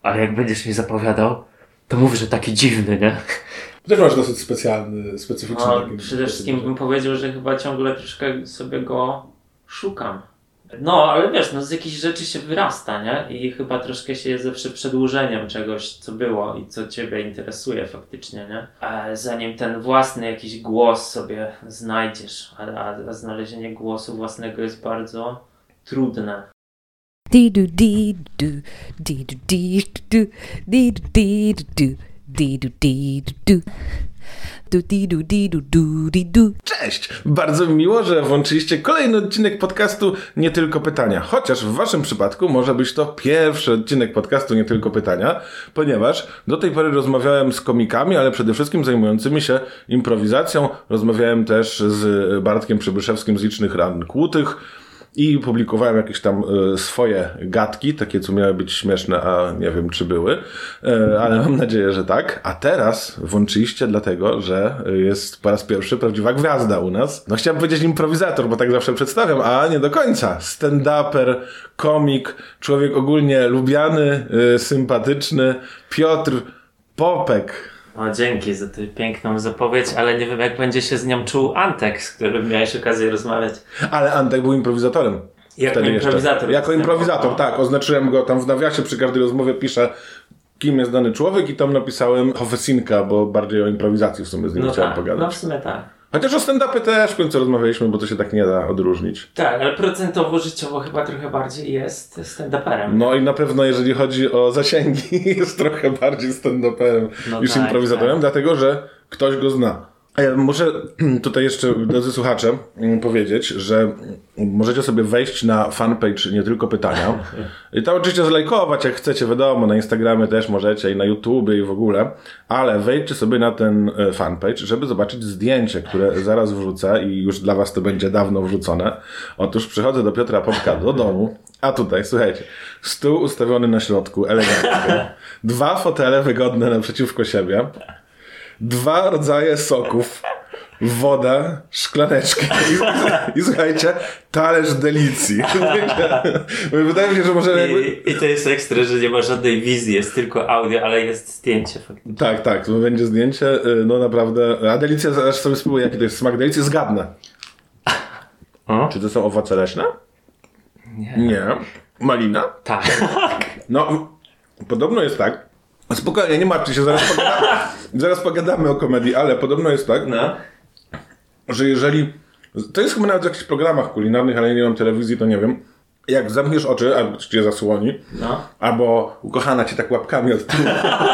ale jak będziesz mi zapowiadał, to mów, że taki dziwny, nie? Też masz dosyć specyficzny. No, przede wszystkim bym powiedział, że chyba ciągle troszkę sobie go szukam. No, ale wiesz, no z jakichś rzeczy się wyrasta, nie? I chyba troszkę się jest zawsze przedłużeniem czegoś, co było i co ciebie interesuje faktycznie, nie? A zanim ten własny jakiś głos sobie znajdziesz, a znalezienie głosu własnego jest bardzo trudne. Cześć! Bardzo mi miło, że włączyliście kolejny odcinek podcastu Nie Tylko Pytania. Chociaż w waszym przypadku może być to pierwszy odcinek podcastu Nie Tylko Pytania, ponieważ do tej pory rozmawiałem z komikami, ale przede wszystkim zajmującymi się improwizacją. Rozmawiałem też z Bartkiem Przybyszewskim z Licznych Ran Kłutych i publikowałem jakieś tam swoje gadki, takie co miały być śmieszne, a nie wiem czy były, ale mam nadzieję, że tak. A teraz włączyliście dlatego, że jest po raz pierwszy prawdziwa gwiazda u nas. No chciałem powiedzieć improwizator, bo tak zawsze przedstawiam, a nie do końca. Stand-uper, komik, człowiek ogólnie lubiany, sympatyczny, Piotr Popek. O, dzięki za tę piękną zapowiedź, ale nie wiem jak będzie się z nią czuł Antek, z którym miałeś okazję rozmawiać. Ale Antek był improwizatorem. Jako improwizator. Jako improwizator, tak. Oznaczyłem go tam w nawiasie, przy każdej rozmowie piszę, kim jest dany człowiek i tam napisałem Hofesinka, bo bardziej o improwizacji w sumie z nim chciałem pogadać. No w sumie tak. Chociaż o stand-upy też w końcu rozmawialiśmy, bo to się tak nie da odróżnić. Tak, ale procentowo, życiowo chyba trochę bardziej jest stand-uperem. No i na pewno jeżeli chodzi o zasięgi, jest trochę bardziej stand-uperem niż improwizatorem, dlatego że ktoś go zna. A ja muszę tutaj jeszcze, drodzy słuchacze, powiedzieć, że możecie sobie wejść na fanpage Nie Tylko Pytania i tam oczywiście zlajkować jak chcecie, wiadomo, na Instagramie też możecie i na YouTubie i w ogóle, ale wejdźcie sobie na ten fanpage, żeby zobaczyć zdjęcie, które zaraz wrzucę i już dla was to będzie dawno wrzucone. Otóż przychodzę do Piotra Popka do domu, a tutaj, słuchajcie, stół ustawiony na środku, elegancko, 2 fotele wygodne naprzeciwko siebie, 2 rodzaje soków, woda, szklaneczki i słuchajcie, talerz delicji. Wydaje mi się, że może... I to jest ekstra, że nie ma żadnej wizji, jest tylko audio, ale jest zdjęcie faktycznie. Tak, to będzie zdjęcie, no naprawdę. A delicja, aż sobie spróbuję, jaki to jest smak delicji, zgadnę. Czy to są owoce leśne? Nie. Malina? Tak. No, podobno jest tak. Spokojnie, nie martwcie się, zaraz pogadamy o komedii, ale podobno jest tak, że jeżeli... To jest chyba nawet w jakichś programach kulinarnych, ale ja nie mam telewizji, to nie wiem. Jak zamkniesz oczy, albo cię zasłoni, albo ukochana cię tak łapkami od tyłu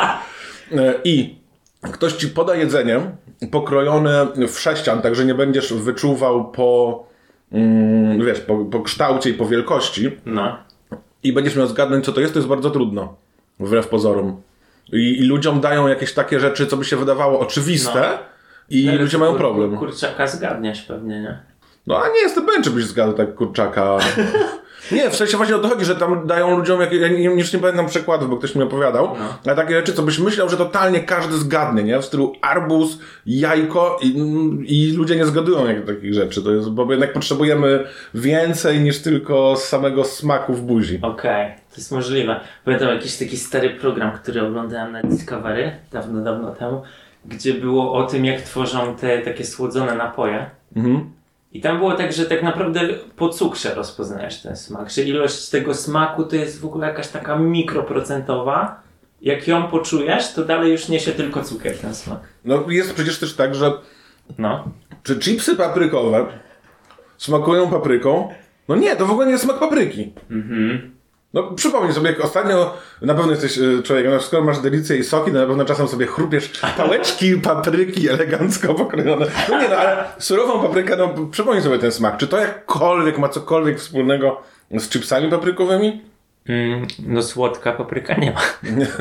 i ktoś ci poda jedzenie pokrojone w sześcian, tak że nie będziesz wyczuwał po kształcie i po wielkości i będziesz miał zgadnąć, co to jest bardzo trudno, wbrew pozorom. I ludziom dają jakieś takie rzeczy, co by się wydawało oczywiste i ludzie mają problem. Kurczaka zgadniesz pewnie, nie? No a nie jestem pewien, czy byś zgadł tak kurczaka. Nie, w sensie właśnie o to chodzi, że tam dają ludziom, ja już nie pamiętam przykładów, bo ktoś mi opowiadał, ale takie rzeczy, co byś myślał, że totalnie każdy zgadnie, nie? W stylu arbuz, jajko i ludzie nie zgadują takich rzeczy. To jest, bo jednak potrzebujemy więcej niż tylko samego smaku w buzi. Okej, to jest możliwe. Pamiętam jakiś taki stary program, który oglądałem na Discovery dawno temu, gdzie było o tym, jak tworzą te takie słodzone napoje. I tam było tak, że tak naprawdę po cukrze rozpoznajesz ten smak, że ilość tego smaku to jest w ogóle jakaś taka mikroprocentowa. Jak ją poczujesz, to dalej już niesie tylko cukier ten smak. No jest przecież też tak, że czy chipsy paprykowe smakują papryką? No nie, to w ogóle nie jest smak papryki. No przypomnij sobie, jak ostatnio, na pewno jesteś człowiekiem, skoro masz delicję i soki, to na pewno czasem sobie chrupiesz pałeczki papryki elegancko pokrojone. No nie, no ale surową paprykę, no przypomnij sobie ten smak. Czy to jakkolwiek ma cokolwiek wspólnego z chipsami paprykowymi? No słodka papryka nie ma.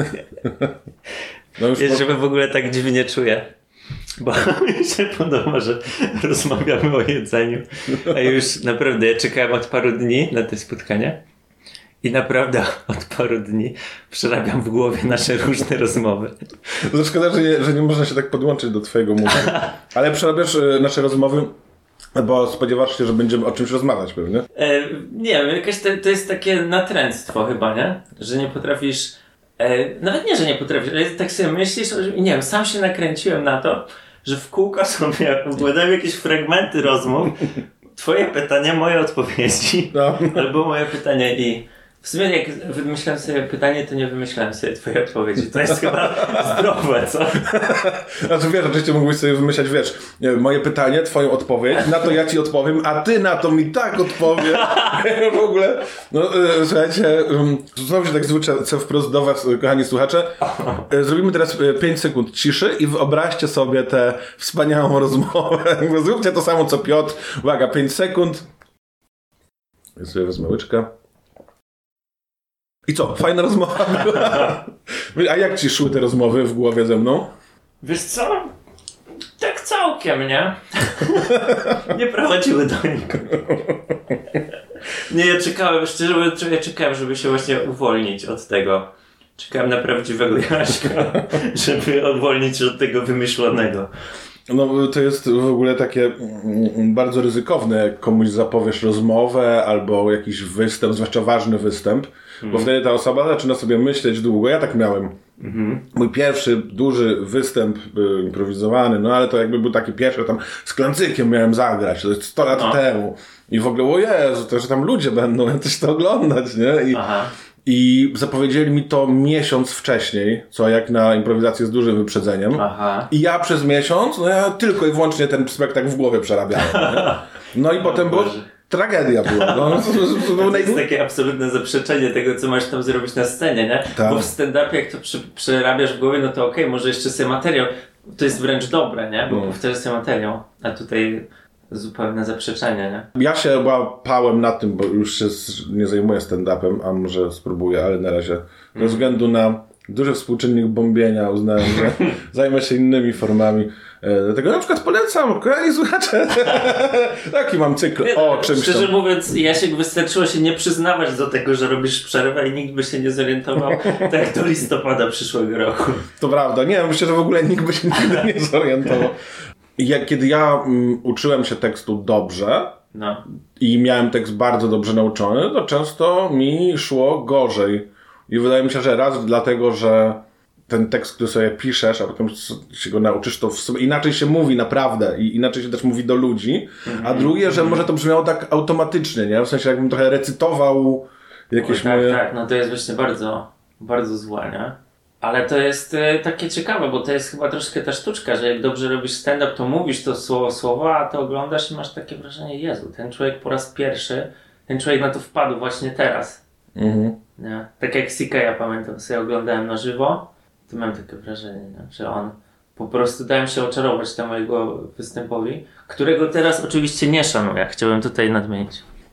No już że w ogóle tak dziwnie czuję. Bo mi się podoba, że rozmawiamy o jedzeniu. A już naprawdę ja czekałem od paru dni na to spotkanie. I naprawdę od paru dni przerabiam w głowie nasze różne rozmowy. To szkoda, że nie można się tak podłączyć do twojego mózgu. Ale przerabiasz nasze rozmowy, bo spodziewasz się, że będziemy o czymś rozmawiać pewnie? Nie wiem, jakaś to jest takie natręctwo chyba, nie? Że nie potrafisz Nawet nie, że nie potrafisz, ale tak sobie myślisz, nie wiem, sam się nakręciłem na to, że w kółko sobie opowiadałem jakieś fragmenty rozmów, twoje pytania, moje odpowiedzi, albo moje pytania i w sumie jak wymyślałem sobie pytanie, to nie wymyślałem sobie twojej odpowiedzi. To jest chyba zdrowe, co? Znaczy wiesz, oczywiście mógłbyś sobie wymyślać, wiesz, moje pytanie, twoją odpowiedź, na to ja ci odpowiem, a ty na to mi tak odpowie. W ogóle, no słuchajcie, znowu się tak zwrócę wprost do was, kochani słuchacze. Zrobimy teraz 5 sekund ciszy i wyobraźcie sobie tę wspaniałą rozmowę. Zróbcie to samo co Piotr. Uwaga, 5 sekund. Ja sobie wezmę łyczkę. I co? Fajna rozmowa była. A jak ci szły te rozmowy w głowie ze mną? Wiesz co? Tak całkiem, nie? Nie prowadziły do nikogo. Nie, ja czekałem, szczerze mówiąc, ja czekałem, żeby się właśnie uwolnić od tego. Czekałem na prawdziwego Jaśka, żeby uwolnić się od tego wymyślonego. No to jest w ogóle takie bardzo ryzykowne, jak komuś zapowiesz rozmowę albo jakiś występ, zwłaszcza ważny występ, bo wtedy ta osoba zaczyna sobie myśleć długo. Ja tak miałem. Mój pierwszy duży występ improwizowany, no ale to jakby był taki pierwszy, tam z Klancykiem miałem zagrać, to jest 100 lat temu. I w ogóle, o Jezu, to że tam ludzie będą coś to oglądać, nie? I zapowiedzieli mi to miesiąc wcześniej, co jak na improwizację z dużym wyprzedzeniem. I ja przez miesiąc, no ja tylko i wyłącznie ten spektakl w głowie przerabiałem. Nie? No i potem było... Tragedia była. No, to jest takie absolutne zaprzeczenie tego, co masz tam zrobić na scenie, nie? Tak. Bo w stand-upie, jak to przerabiasz w głowie, no to okej, może jeszcze sobie materiał. To jest wręcz dobre, nie? Bo powtarzasz sobie materiał. A tutaj zupełne zaprzeczenie, nie? Ja się łapałem na tym, bo już się nie zajmuję stand-upem, a może spróbuję, ale na razie ze względu na duży współczynnik bombienia uznałem, że zajmę się innymi formami. Dlatego na przykład polecam, kochani słuchacze. Taki mam cykl o czymś Szczerze mówiąc, Jasiek, wystarczyło się nie przyznawać do tego, że robisz przerwę i nikt by się nie zorientował, tak jak do listopada przyszłego roku. To prawda, nie, myślę, że w ogóle nikt by się nigdy nie zorientował. Kiedy ja uczyłem się tekstu dobrze i miałem tekst bardzo dobrze nauczony, to często mi szło gorzej. I wydaje mi się, że raz dlatego, że ten tekst, który sobie piszesz, a potem się go nauczysz, to w sumie inaczej się mówi naprawdę i inaczej się też mówi do ludzi, a drugie, że może to brzmiało tak automatycznie, nie? W sensie jakbym trochę recytował jakieś moje... Tak, no to jest właśnie bardzo, bardzo złe, nie? Ale to jest takie ciekawe, bo to jest chyba troszkę ta sztuczka, że jak dobrze robisz stand-up, to mówisz to słowo, a to oglądasz i masz takie wrażenie, Jezu, ten człowiek po raz pierwszy, ten człowiek na to wpadł właśnie teraz. Nie? Tak jak Sika, ja pamiętam, sobie oglądałem na żywo, to miałem takie wrażenie, nie? Że on po prostu dałem się oczarować temu jego występowi, którego teraz oczywiście nie szanuję, chciałbym tutaj nadmienić.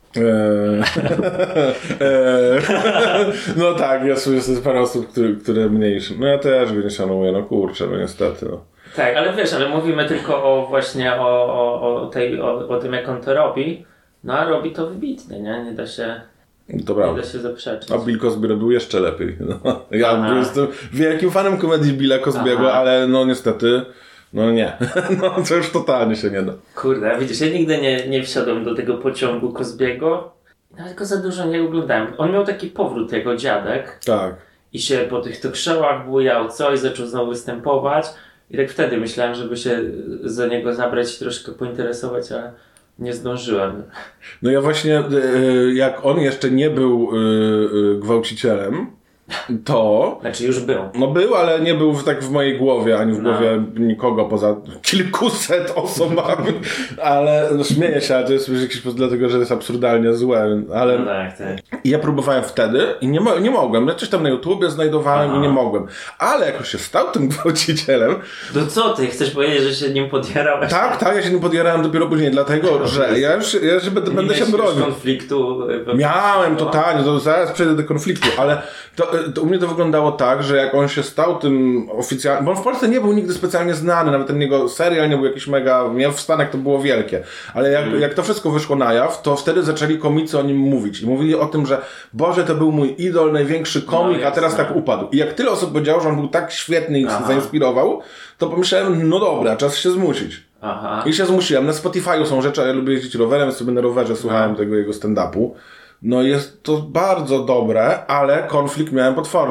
No tak, jest parę osób, które mniejsze. No ja też go nie szanuję, no kurczę, no niestety. No. Tak, ale wiesz, ale mówimy tylko o właśnie o tym, jak on to robi. No a robi to wybitnie, nie? Nie da się zaprzeczyć. A Bill Cosby robił jeszcze lepiej. No, ja jestem wielkim fanem komedii Billa Cosby'ego, ale no niestety, no nie. No to już totalnie się nie da. Kurde, widzisz, ja nigdy nie wsiadłem do tego pociągu Cosby'ego. Nawet go za dużo nie oglądałem. On miał taki powrót, jego dziadek. Tak. I się po tych talk showach bujał coś, zaczął znowu występować. I tak wtedy myślałem, żeby się za niego zabrać i troszkę pointeresować, ale nie zdążyłem. No ja właśnie, jak on jeszcze nie był gwałcicielem, to... Znaczy już był. No był, ale nie był tak w mojej głowie, ani w głowie nikogo poza kilkuset osobami. Ale no, śmieję się, ale to jest jakiś dlatego, że jest absurdalnie złe. Ale no tak. ja próbowałem wtedy i nie mogłem. Ja coś tam na YouTubie znajdowałem i nie mogłem. Ale jak już się stał tym gwałcicielem... To co ty? Chcesz powiedzieć, że się nim podjarałeś? Tak, ja się nim podjarałem dopiero później, dlatego, że ja już będę się bronił. Konfliktu? Miałem totalnie, to zaraz przejdę do konfliktu, ale to u mnie to wyglądało tak, że jak on się stał tym oficjalnym, bo on w Polsce nie był nigdy specjalnie znany, nawet ten jego serial nie był jakiś mega, w Stanach to było wielkie, ale jak to wszystko wyszło na jaw, to wtedy zaczęli komicy o nim mówić i mówili o tym, że Boże, to był mój idol, największy komik, a teraz tak upadł. I jak tyle osób powiedziało, że on był tak świetny i zainspirował, to pomyślałem, no dobra, czas się zmusić. I się zmusiłem. Na Spotify'u są rzeczy, a ja lubię jeździć rowerem, sobie na rowerze słuchałem tego jego stand-upu. No jest to bardzo dobre, ale konflikt miałem potworny.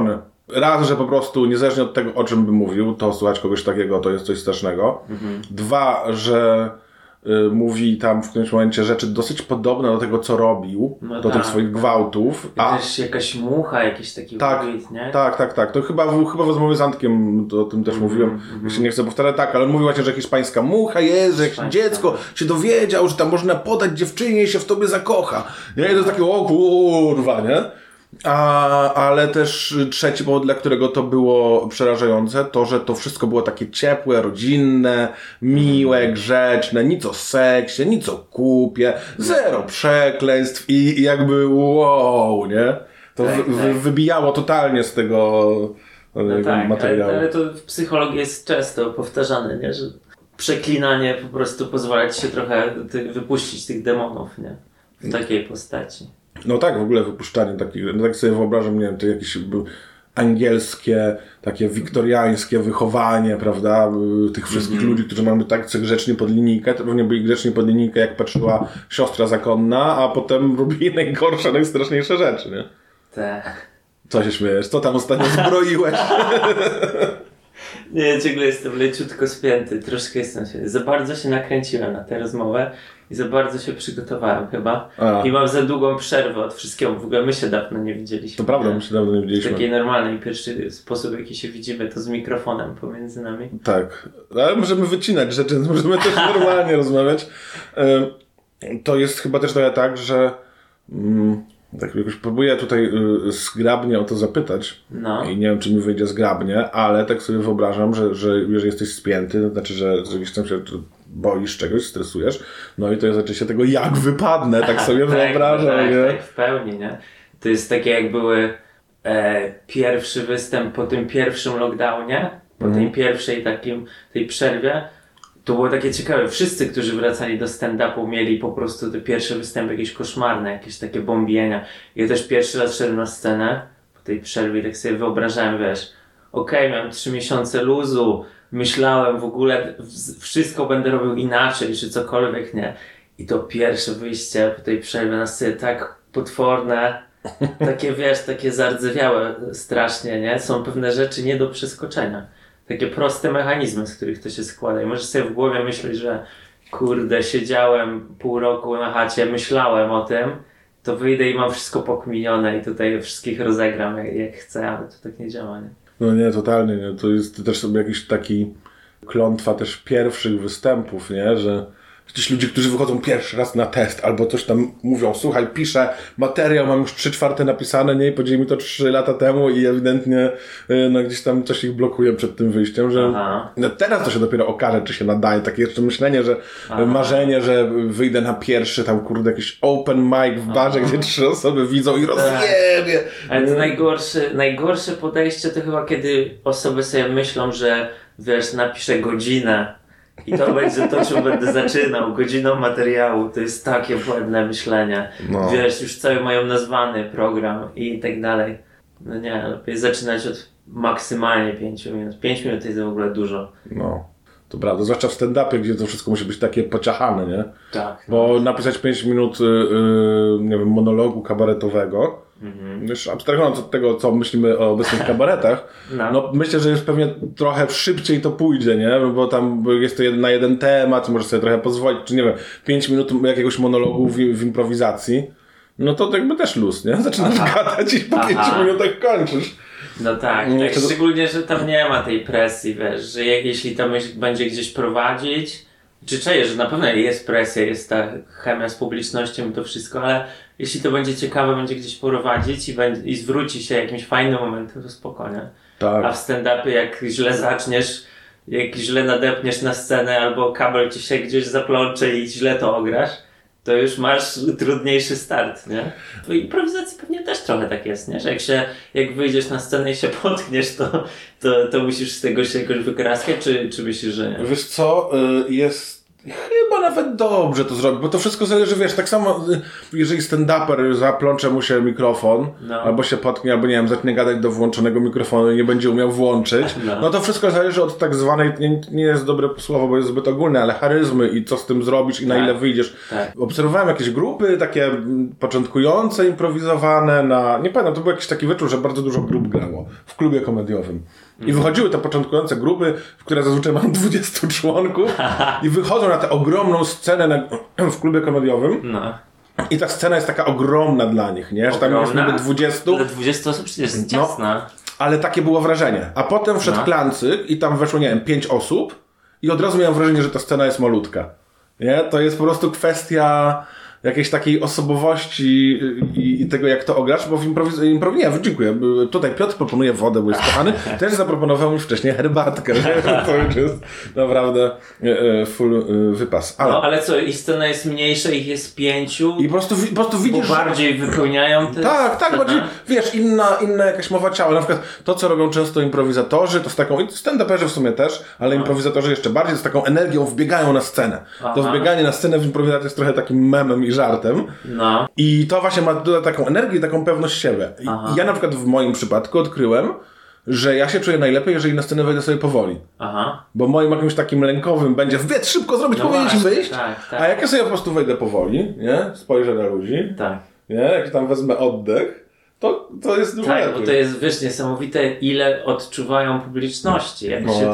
Raz, że po prostu niezależnie od tego, o czym by mówił, to słuchać kogoś takiego to jest coś strasznego. Dwa, że mówi tam w którymś momencie rzeczy dosyć podobne do tego, co robił, do tych swoich gwałtów. A też jakaś mucha, jakiś taki wójt, nie? Tak. To chyba w rozmowie z Antkiem o tym też mówiłem. Jeśli nie chcę powtarzać, tak, ale on mówił właśnie, że hiszpańska mucha jest, że jak dziecko się dowiedział, że tam można podać dziewczynie i się w tobie zakocha. Nie? I to jest takie, o kurwa, nie? Ale też trzeci powód, dla którego to było przerażające, to, że to wszystko było takie ciepłe, rodzinne, miłe, grzeczne, nic o seksie, nic o kupie, zero przekleństw i jakby wow, nie? To wybijało totalnie z tego materiału. Ale to w psychologii jest często powtarzane, nie? Że przeklinanie po prostu pozwala ci się trochę wypuścić tych demonów, nie? W takiej postaci. No tak, w ogóle wypuszczanie takich, no tak sobie wyobrażam, nie wiem, to jakieś angielskie, takie wiktoriańskie wychowanie, prawda, tych wszystkich ludzi, którzy mamy tak grzecznie pod linijkę, to pewnie byli grzeczni pod linijkę, jak patrzyła siostra zakonna, a potem robili najgorsze, najstraszniejsze rzeczy, nie? Tak. Co się śmiejesz? Co tam ostatnio zbroiłeś? Nie, ciągle jestem leciutko spięty, troszkę jestem święty. Za bardzo się nakręciłem na tę rozmowę i za bardzo się przygotowałem chyba. I mam za długą przerwę od wszystkiego. W ogóle my się dawno nie widzieliśmy. To prawda, my się dawno nie widzieliśmy. W takiej normalnej, pierwszy sposób, w jaki się widzimy, to z mikrofonem pomiędzy nami. Tak, ale możemy wycinać rzeczy, możemy też normalnie rozmawiać. To jest chyba też trochę tak, że tak jakoś próbuję tutaj zgrabnie o to zapytać i nie wiem, czy mi wyjdzie zgrabnie, ale tak sobie wyobrażam, że jeżeli jesteś spięty, to znaczy, że gdzieś tam się boisz czegoś, stresujesz, no i to jest oczywiście tego, jak wypadnę, tak sobie wyobrażam. Tak, w pełni, nie? To jest takie, jak były pierwszy występ po tym pierwszym lockdownie, po tej pierwszej tej przerwie. To było takie ciekawe. Wszyscy, którzy wracali do stand-upu, mieli po prostu te pierwsze występy jakieś koszmarne, jakieś takie bombienia. Ja też pierwszy raz szedłem na scenę po tej przerwie, tak sobie wyobrażałem, wiesz, miałem 3 miesiące luzu, myślałem w ogóle, wszystko będę robił inaczej, czy cokolwiek, nie. I to pierwsze wyjście po tej przerwie na scenę tak potworne, takie, wiesz, takie zardzewiałe strasznie, nie. Są pewne rzeczy nie do przeskoczenia. Takie proste mechanizmy, z których to się składa. I możesz sobie w głowie myśleć, że kurde, siedziałem pół roku na chacie, myślałem o tym, to wyjdę i mam wszystko pokminione i tutaj wszystkich rozegram jak chcę, ale to tak nie działa, nie? No nie, totalnie nie. To jest też sobie jakiś taki klątwa też pierwszych występów, nie? Że gdzieś ludzie, którzy wychodzą pierwszy raz na test albo coś tam mówią, słuchaj, piszę materiał, mam już 3/4 napisane, nie? I powiedzieli mi to 3 lata temu i ewidentnie no gdzieś tam coś ich blokuje przed tym wyjściem, że no teraz to się dopiero okaże, czy się nadaje. Takie jeszcze myślenie, że marzenie, że wyjdę na pierwszy tam kurde jakiś open mic w barze, gdzie 3 osoby widzą i rozjebie. Ale to najgorsze podejście to chyba kiedy osoby sobie myślą, że wiesz, napiszę godzinę i to będzie to, czym będę zaczynał, godziną materiału. To jest takie błędne myślenie. No. Wiesz, już cały mają nazwany program i tak dalej. No nie, lepiej zaczynać od maksymalnie 5 minut. 5 minut to jest w ogóle dużo. No, to prawda. Zwłaszcza w stand-upie, gdzie to wszystko musi być takie pociachane, nie? Tak. Bo napisać 5 minut, nie wiem, monologu kabaretowego, już abstrahując od tego, co myślimy o obecnych kabaretach, no myślę, że już pewnie trochę szybciej to pójdzie, nie? Bo tam jest to na jeden temat, możesz sobie trochę pozwolić, czy nie wiem, 5 minut jakiegoś monologu w improwizacji, no to jakby też luz, nie? Zaczynasz gadać i po 5 minutach kończysz. No tak, szczególnie, że tam nie ma tej presji, wiesz, że jeśli to będzie gdzieś prowadzić, czy czuję, że na pewno jest presja, jest ta chemia z publicznością i to wszystko, ale jeśli to będzie ciekawe, będzie gdzieś prowadzić i zwróci się jakimś fajnym momentem, to spokojnie. Tak. A w stand-upie jak źle zaczniesz, jak źle nadepniesz na scenę albo kabel ci się gdzieś zaplącze i źle to ograsz, to już masz trudniejszy start, nie? W improwizacji pewnie też trochę tak jest, nie? Że jak wyjdziesz na scenę i się potkniesz, to musisz z tego się jakoś wykraskać, czy myślisz, że nie? Wiesz co, jest chyba nawet dobrze to zrobić, bo to wszystko zależy, wiesz, tak samo, jeżeli stand-uper zaplącze mu się mikrofon, albo się potknie, albo nie wiem, zacznie gadać do włączonego mikrofonu i nie będzie umiał włączyć, no to wszystko zależy od tak zwanej, nie jest dobre słowo, bo jest zbyt ogólne, ale charyzmy i co z tym zrobisz i na ile wyjdziesz. Obserwowałem jakieś grupy takie początkujące, improwizowane nie pamiętam, to był jakiś taki wieczór, że bardzo dużo grup grało w klubie komediowym. I wychodziły te początkujące grupy, w które zazwyczaj mam 20 członków i wychodzą na tę ogromną scenę w klubie komediowym. I ta scena jest taka ogromna dla nich, nie? Że tam jest niby 20. Dla 20 osób przecież jest ciasna. Ale takie było wrażenie. A potem wszedł Klancyk i tam weszło, nie wiem, 5 osób i od razu miałem wrażenie, że ta scena jest malutka. Nie? To jest po prostu kwestia jakiejś takiej osobowości i tego, jak to ograsz, bo w nie, dziękuję. Tutaj Piotr proponuje wodę, bo jest kochany. Też zaproponował mi wcześniej herbatkę. To już jest naprawdę full wypas. Ale co, i scena jest mniejsza, ich jest 5. I po prostu widzisz, bo bardziej wypełniają te... Tak, bardziej, wiesz, inna jakaś mowa ciała. Na przykład to, co robią często improwizatorzy, to z taką, i stand-uperzy w sumie też, ale improwizatorzy jeszcze bardziej, z taką energią wbiegają na scenę. To wbieganie na scenę w improwizacji jest trochę takim memem i żartem. I to właśnie ma taką energię i taką pewność siebie. I ja na przykład w moim przypadku odkryłem, że ja się czuję najlepiej, jeżeli na scenę wejdę sobie powoli. Bo moim jakimś takim lękowym będzie wbiec szybko zrobić, powiedzieć i wyjść. A jak ja sobie po prostu wejdę powoli, nie? Spojrzę na ludzi, nie? Jak tam wezmę oddech, to jest dużo lepiej. Bo to jest, wiesz, niesamowite, ile odczuwają publiczności.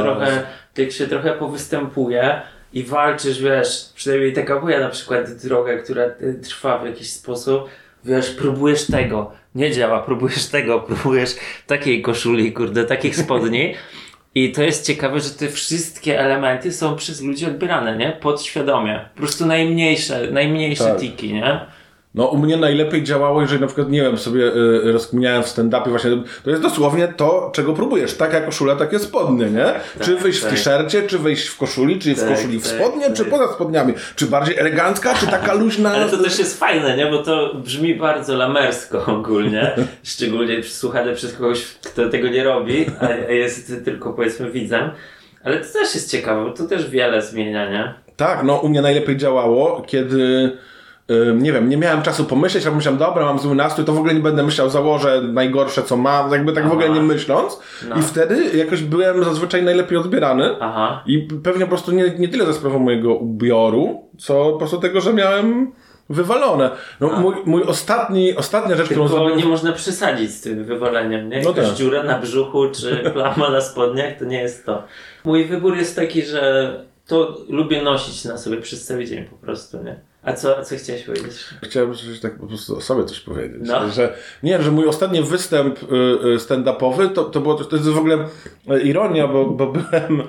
Jak się trochę powystępuje i walczysz, wiesz, przynajmniej taka moja na przykład droga, która trwa w jakiś sposób, wiesz, próbujesz tego, nie działa, próbujesz takiej koszuli, takich spodni. I to jest ciekawe, że te wszystkie elementy są przez ludzi odbierane, nie? Podświadomie. Po prostu najmniejsze tiki, nie? No u mnie najlepiej działało, jeżeli na przykład, nie wiem, sobie rozkminiałem w stand-upie właśnie, to jest dosłownie to, czego próbujesz. Taka koszula, takie spodnie, nie? Czy wyjść w t-shircie, czy wyjść w koszuli, czy w koszuli w spodnie, czy poza spodniami. Czy bardziej elegancka, czy taka luźna. Ale to też jest fajne, nie? Bo to brzmi bardzo lamersko ogólnie. Szczególnie słuchane przez kogoś, kto tego nie robi, a jest tylko, powiedzmy, widzem. Ale to też jest ciekawe, bo to też wiele zmienia, nie? Tak, no u mnie najlepiej działało, kiedy... nie wiem, nie miałem czasu pomyśleć, a myślałem, dobra, mam zły nastrój, to w ogóle nie będę myślał, założę najgorsze, co mam, jakby tak w ogóle nie myśląc. I wtedy jakoś byłem zazwyczaj najlepiej odbierany. I pewnie po prostu nie tyle za sprawą mojego ubioru, co po prostu tego, że miałem wywalone. No, ostatnia rzecz, którą zrobiłem... nie można przesadzić z tym wywaleniem, nie? Jakaś dziura na brzuchu, czy plama na spodniach, to nie jest to. Mój wybór jest taki, że to lubię nosić na sobie przez cały dzień po prostu, nie? A co chciałeś powiedzieć? Chciałem tak po prostu o sobie coś powiedzieć. Że mój ostatni występ stand-upowy to jest w ogóle ironia, bo byłem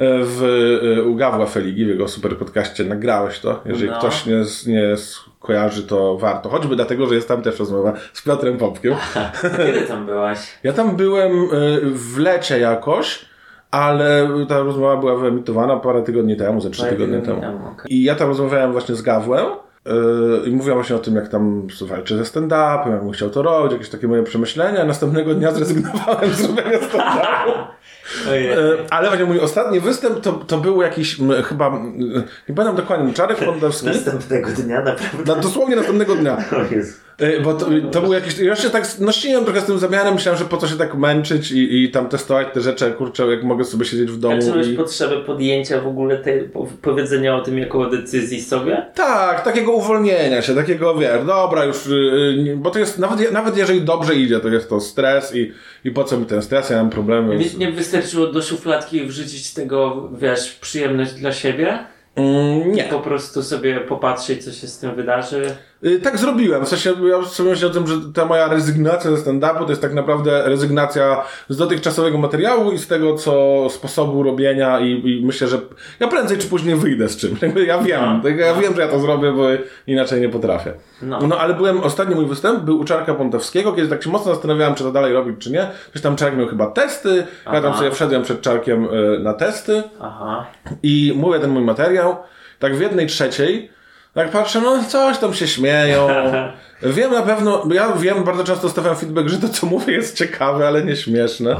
u Gawła Feligi w jego super podcaście. Nagrałeś to. Jeżeli ktoś nie kojarzy, to warto. Choćby dlatego, że jest tam też rozmowa z Piotrem Popkiem. Kiedy tam byłaś? Ja tam byłem w lecie jakoś. Ale ta rozmowa była wyemitowana parę tygodni temu, za 3 tygodnie temu. Okay. I ja tam rozmawiałem właśnie z Gawłem i mówiłem właśnie o tym, jak tam walczy ze stand-upem, jak bym chciał to robić, jakieś takie moje przemyślenia. Następnego dnia zrezygnowałem z robienia stand-upu. Ale właśnie mój ostatni występ to był jakiś chyba, nie pamiętam dokładnie, Czarek Pondowski. Następnego dnia naprawdę? Dosłownie następnego dnia. Bo to był jakiś... Ja się tak nościłem trochę z tym zamiarem, myślałem, że po co się tak męczyć i tam testować te rzeczy, kurczę, jak mogę sobie siedzieć w domu. A czy masz potrzebę podjęcia w ogóle powiedzenia o tym jako o decyzji sobie? Tak, takiego uwolnienia się, takiego, wiesz, dobra już, bo to jest, nawet jeżeli dobrze idzie, to jest to stres i po co mi ten stres, ja mam problemy. Nie wystarczyło do szufladki wrzucić tego, wiesz, przyjemność dla siebie? Nie. Po prostu sobie popatrzeć, co się z tym wydarzy? Tak zrobiłem. W sensie, ja sobie myślę o tym, że ta moja rezygnacja ze stand-upu to jest tak naprawdę rezygnacja z dotychczasowego materiału i z tego, sposobu robienia i myślę, że ja prędzej czy później wyjdę z czymś. Ja wiem, że ja to zrobię, bo inaczej nie potrafię. No ale ostatni mój występ był u Czarka Pondowskiego, kiedy tak się mocno zastanawiałem, czy to dalej robić, czy nie. Gdzieś tam Czarek miał chyba testy, ja tam sobie wszedłem przed Czarkiem na testy i mówię ten mój materiał, tak w 1/3 Tak patrzę, no coś tam się śmieją. Wiem na pewno, ja wiem, bardzo często stawiam feedback, że to co mówię jest ciekawe, ale nie śmieszne.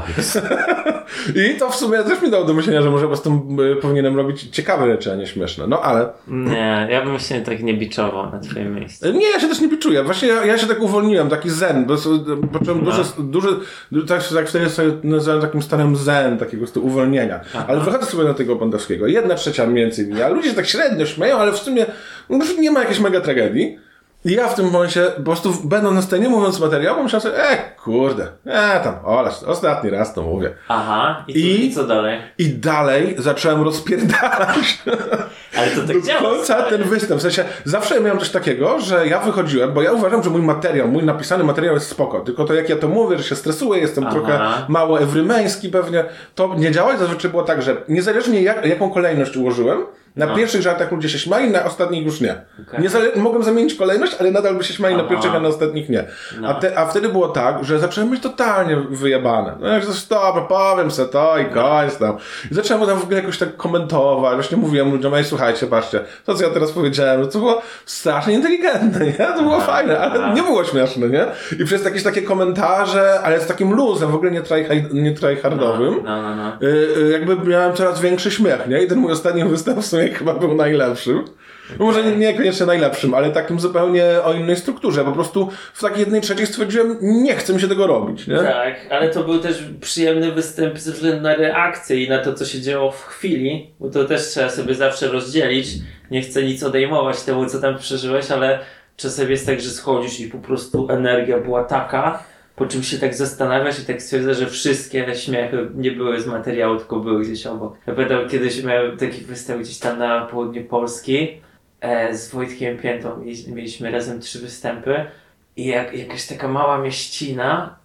I to w sumie też mi dało do myślenia, że może po prostu powinienem robić ciekawe rzeczy, a nie śmieszne. No ale... Nie, ja bym się tak nie biczował na twoim miejscu. Nie, ja się też nie biczuję. Właśnie ja się tak uwolniłem, taki zen. Poczułem duży, tak wtedy sobie nazywałem takim stanem zen, takiego po prostu uwolnienia. Aha. Ale wychodzę sobie na tego Bandowskiego. 1/3 mniej więcej mija. Ludzie się tak średnio śmieją, ale w sumie nie ma jakiejś mega tragedii. I ja w tym momencie, po prostu będąc na scenie, mówiąc materiał, pomyślałem sobie, kurde, tam, ostatni raz to mówię. Aha, i co dalej? I dalej zacząłem rozpierdalać. Ale to tak działa. Do końca ten występ. W sensie, zawsze miałem coś takiego, że ja wychodziłem, bo ja uważam, że mój napisany materiał jest spoko. Tylko to jak ja to mówię, że się stresuję, jestem trochę mało ewrymeński pewnie, to nie działa. I zazwyczaj było tak, że niezależnie jaką kolejność ułożyłem, na pierwszych żartach ludzie się śmiali, na ostatnich już nie. Okay. Mogłem zamienić kolejność, ale nadal by się śmiali na pierwszych, a na ostatnich nie. No. A wtedy było tak, że zacząłem być totalnie wyjebane. No jak dobra, powiem se to i koniec tam. I zacząłem tam w ogóle jakoś tak komentować. Właśnie mówiłem ludziom, słuchajcie, patrzcie, to co ja teraz powiedziałem, to było strasznie inteligentne, nie? To było fajne, ale nie było śmieszne, nie? I przez jakieś takie komentarze, ale z takim luzem, w ogóle nie tryhardowym, jakby miałem coraz większy śmiech, nie? I ten mój ostatni występ w sumie chyba był najlepszym. Może niekoniecznie najlepszym, ale takim zupełnie o innej strukturze. Po prostu w takiej 1/3 stwierdziłem, nie chcę mi się tego robić. Nie? Tak, ale to był też przyjemny występ ze względu na reakcję i na to, co się działo w chwili, bo to też trzeba sobie zawsze rozdzielić. Nie chcę nic odejmować temu, co tam przeżyłeś, ale czasem jest tak, że schodzisz i po prostu energia była taka, po czym się tak zastanawiasz i tak stwierdzasz, że wszystkie śmiechy nie były z materiału, tylko były gdzieś obok. Ja pamiętam, kiedyś miałem taki występ gdzieś tam na południu Polski z Wojtkiem Piętą. Mieliśmy razem 3 występy i jakaś taka mała mieścina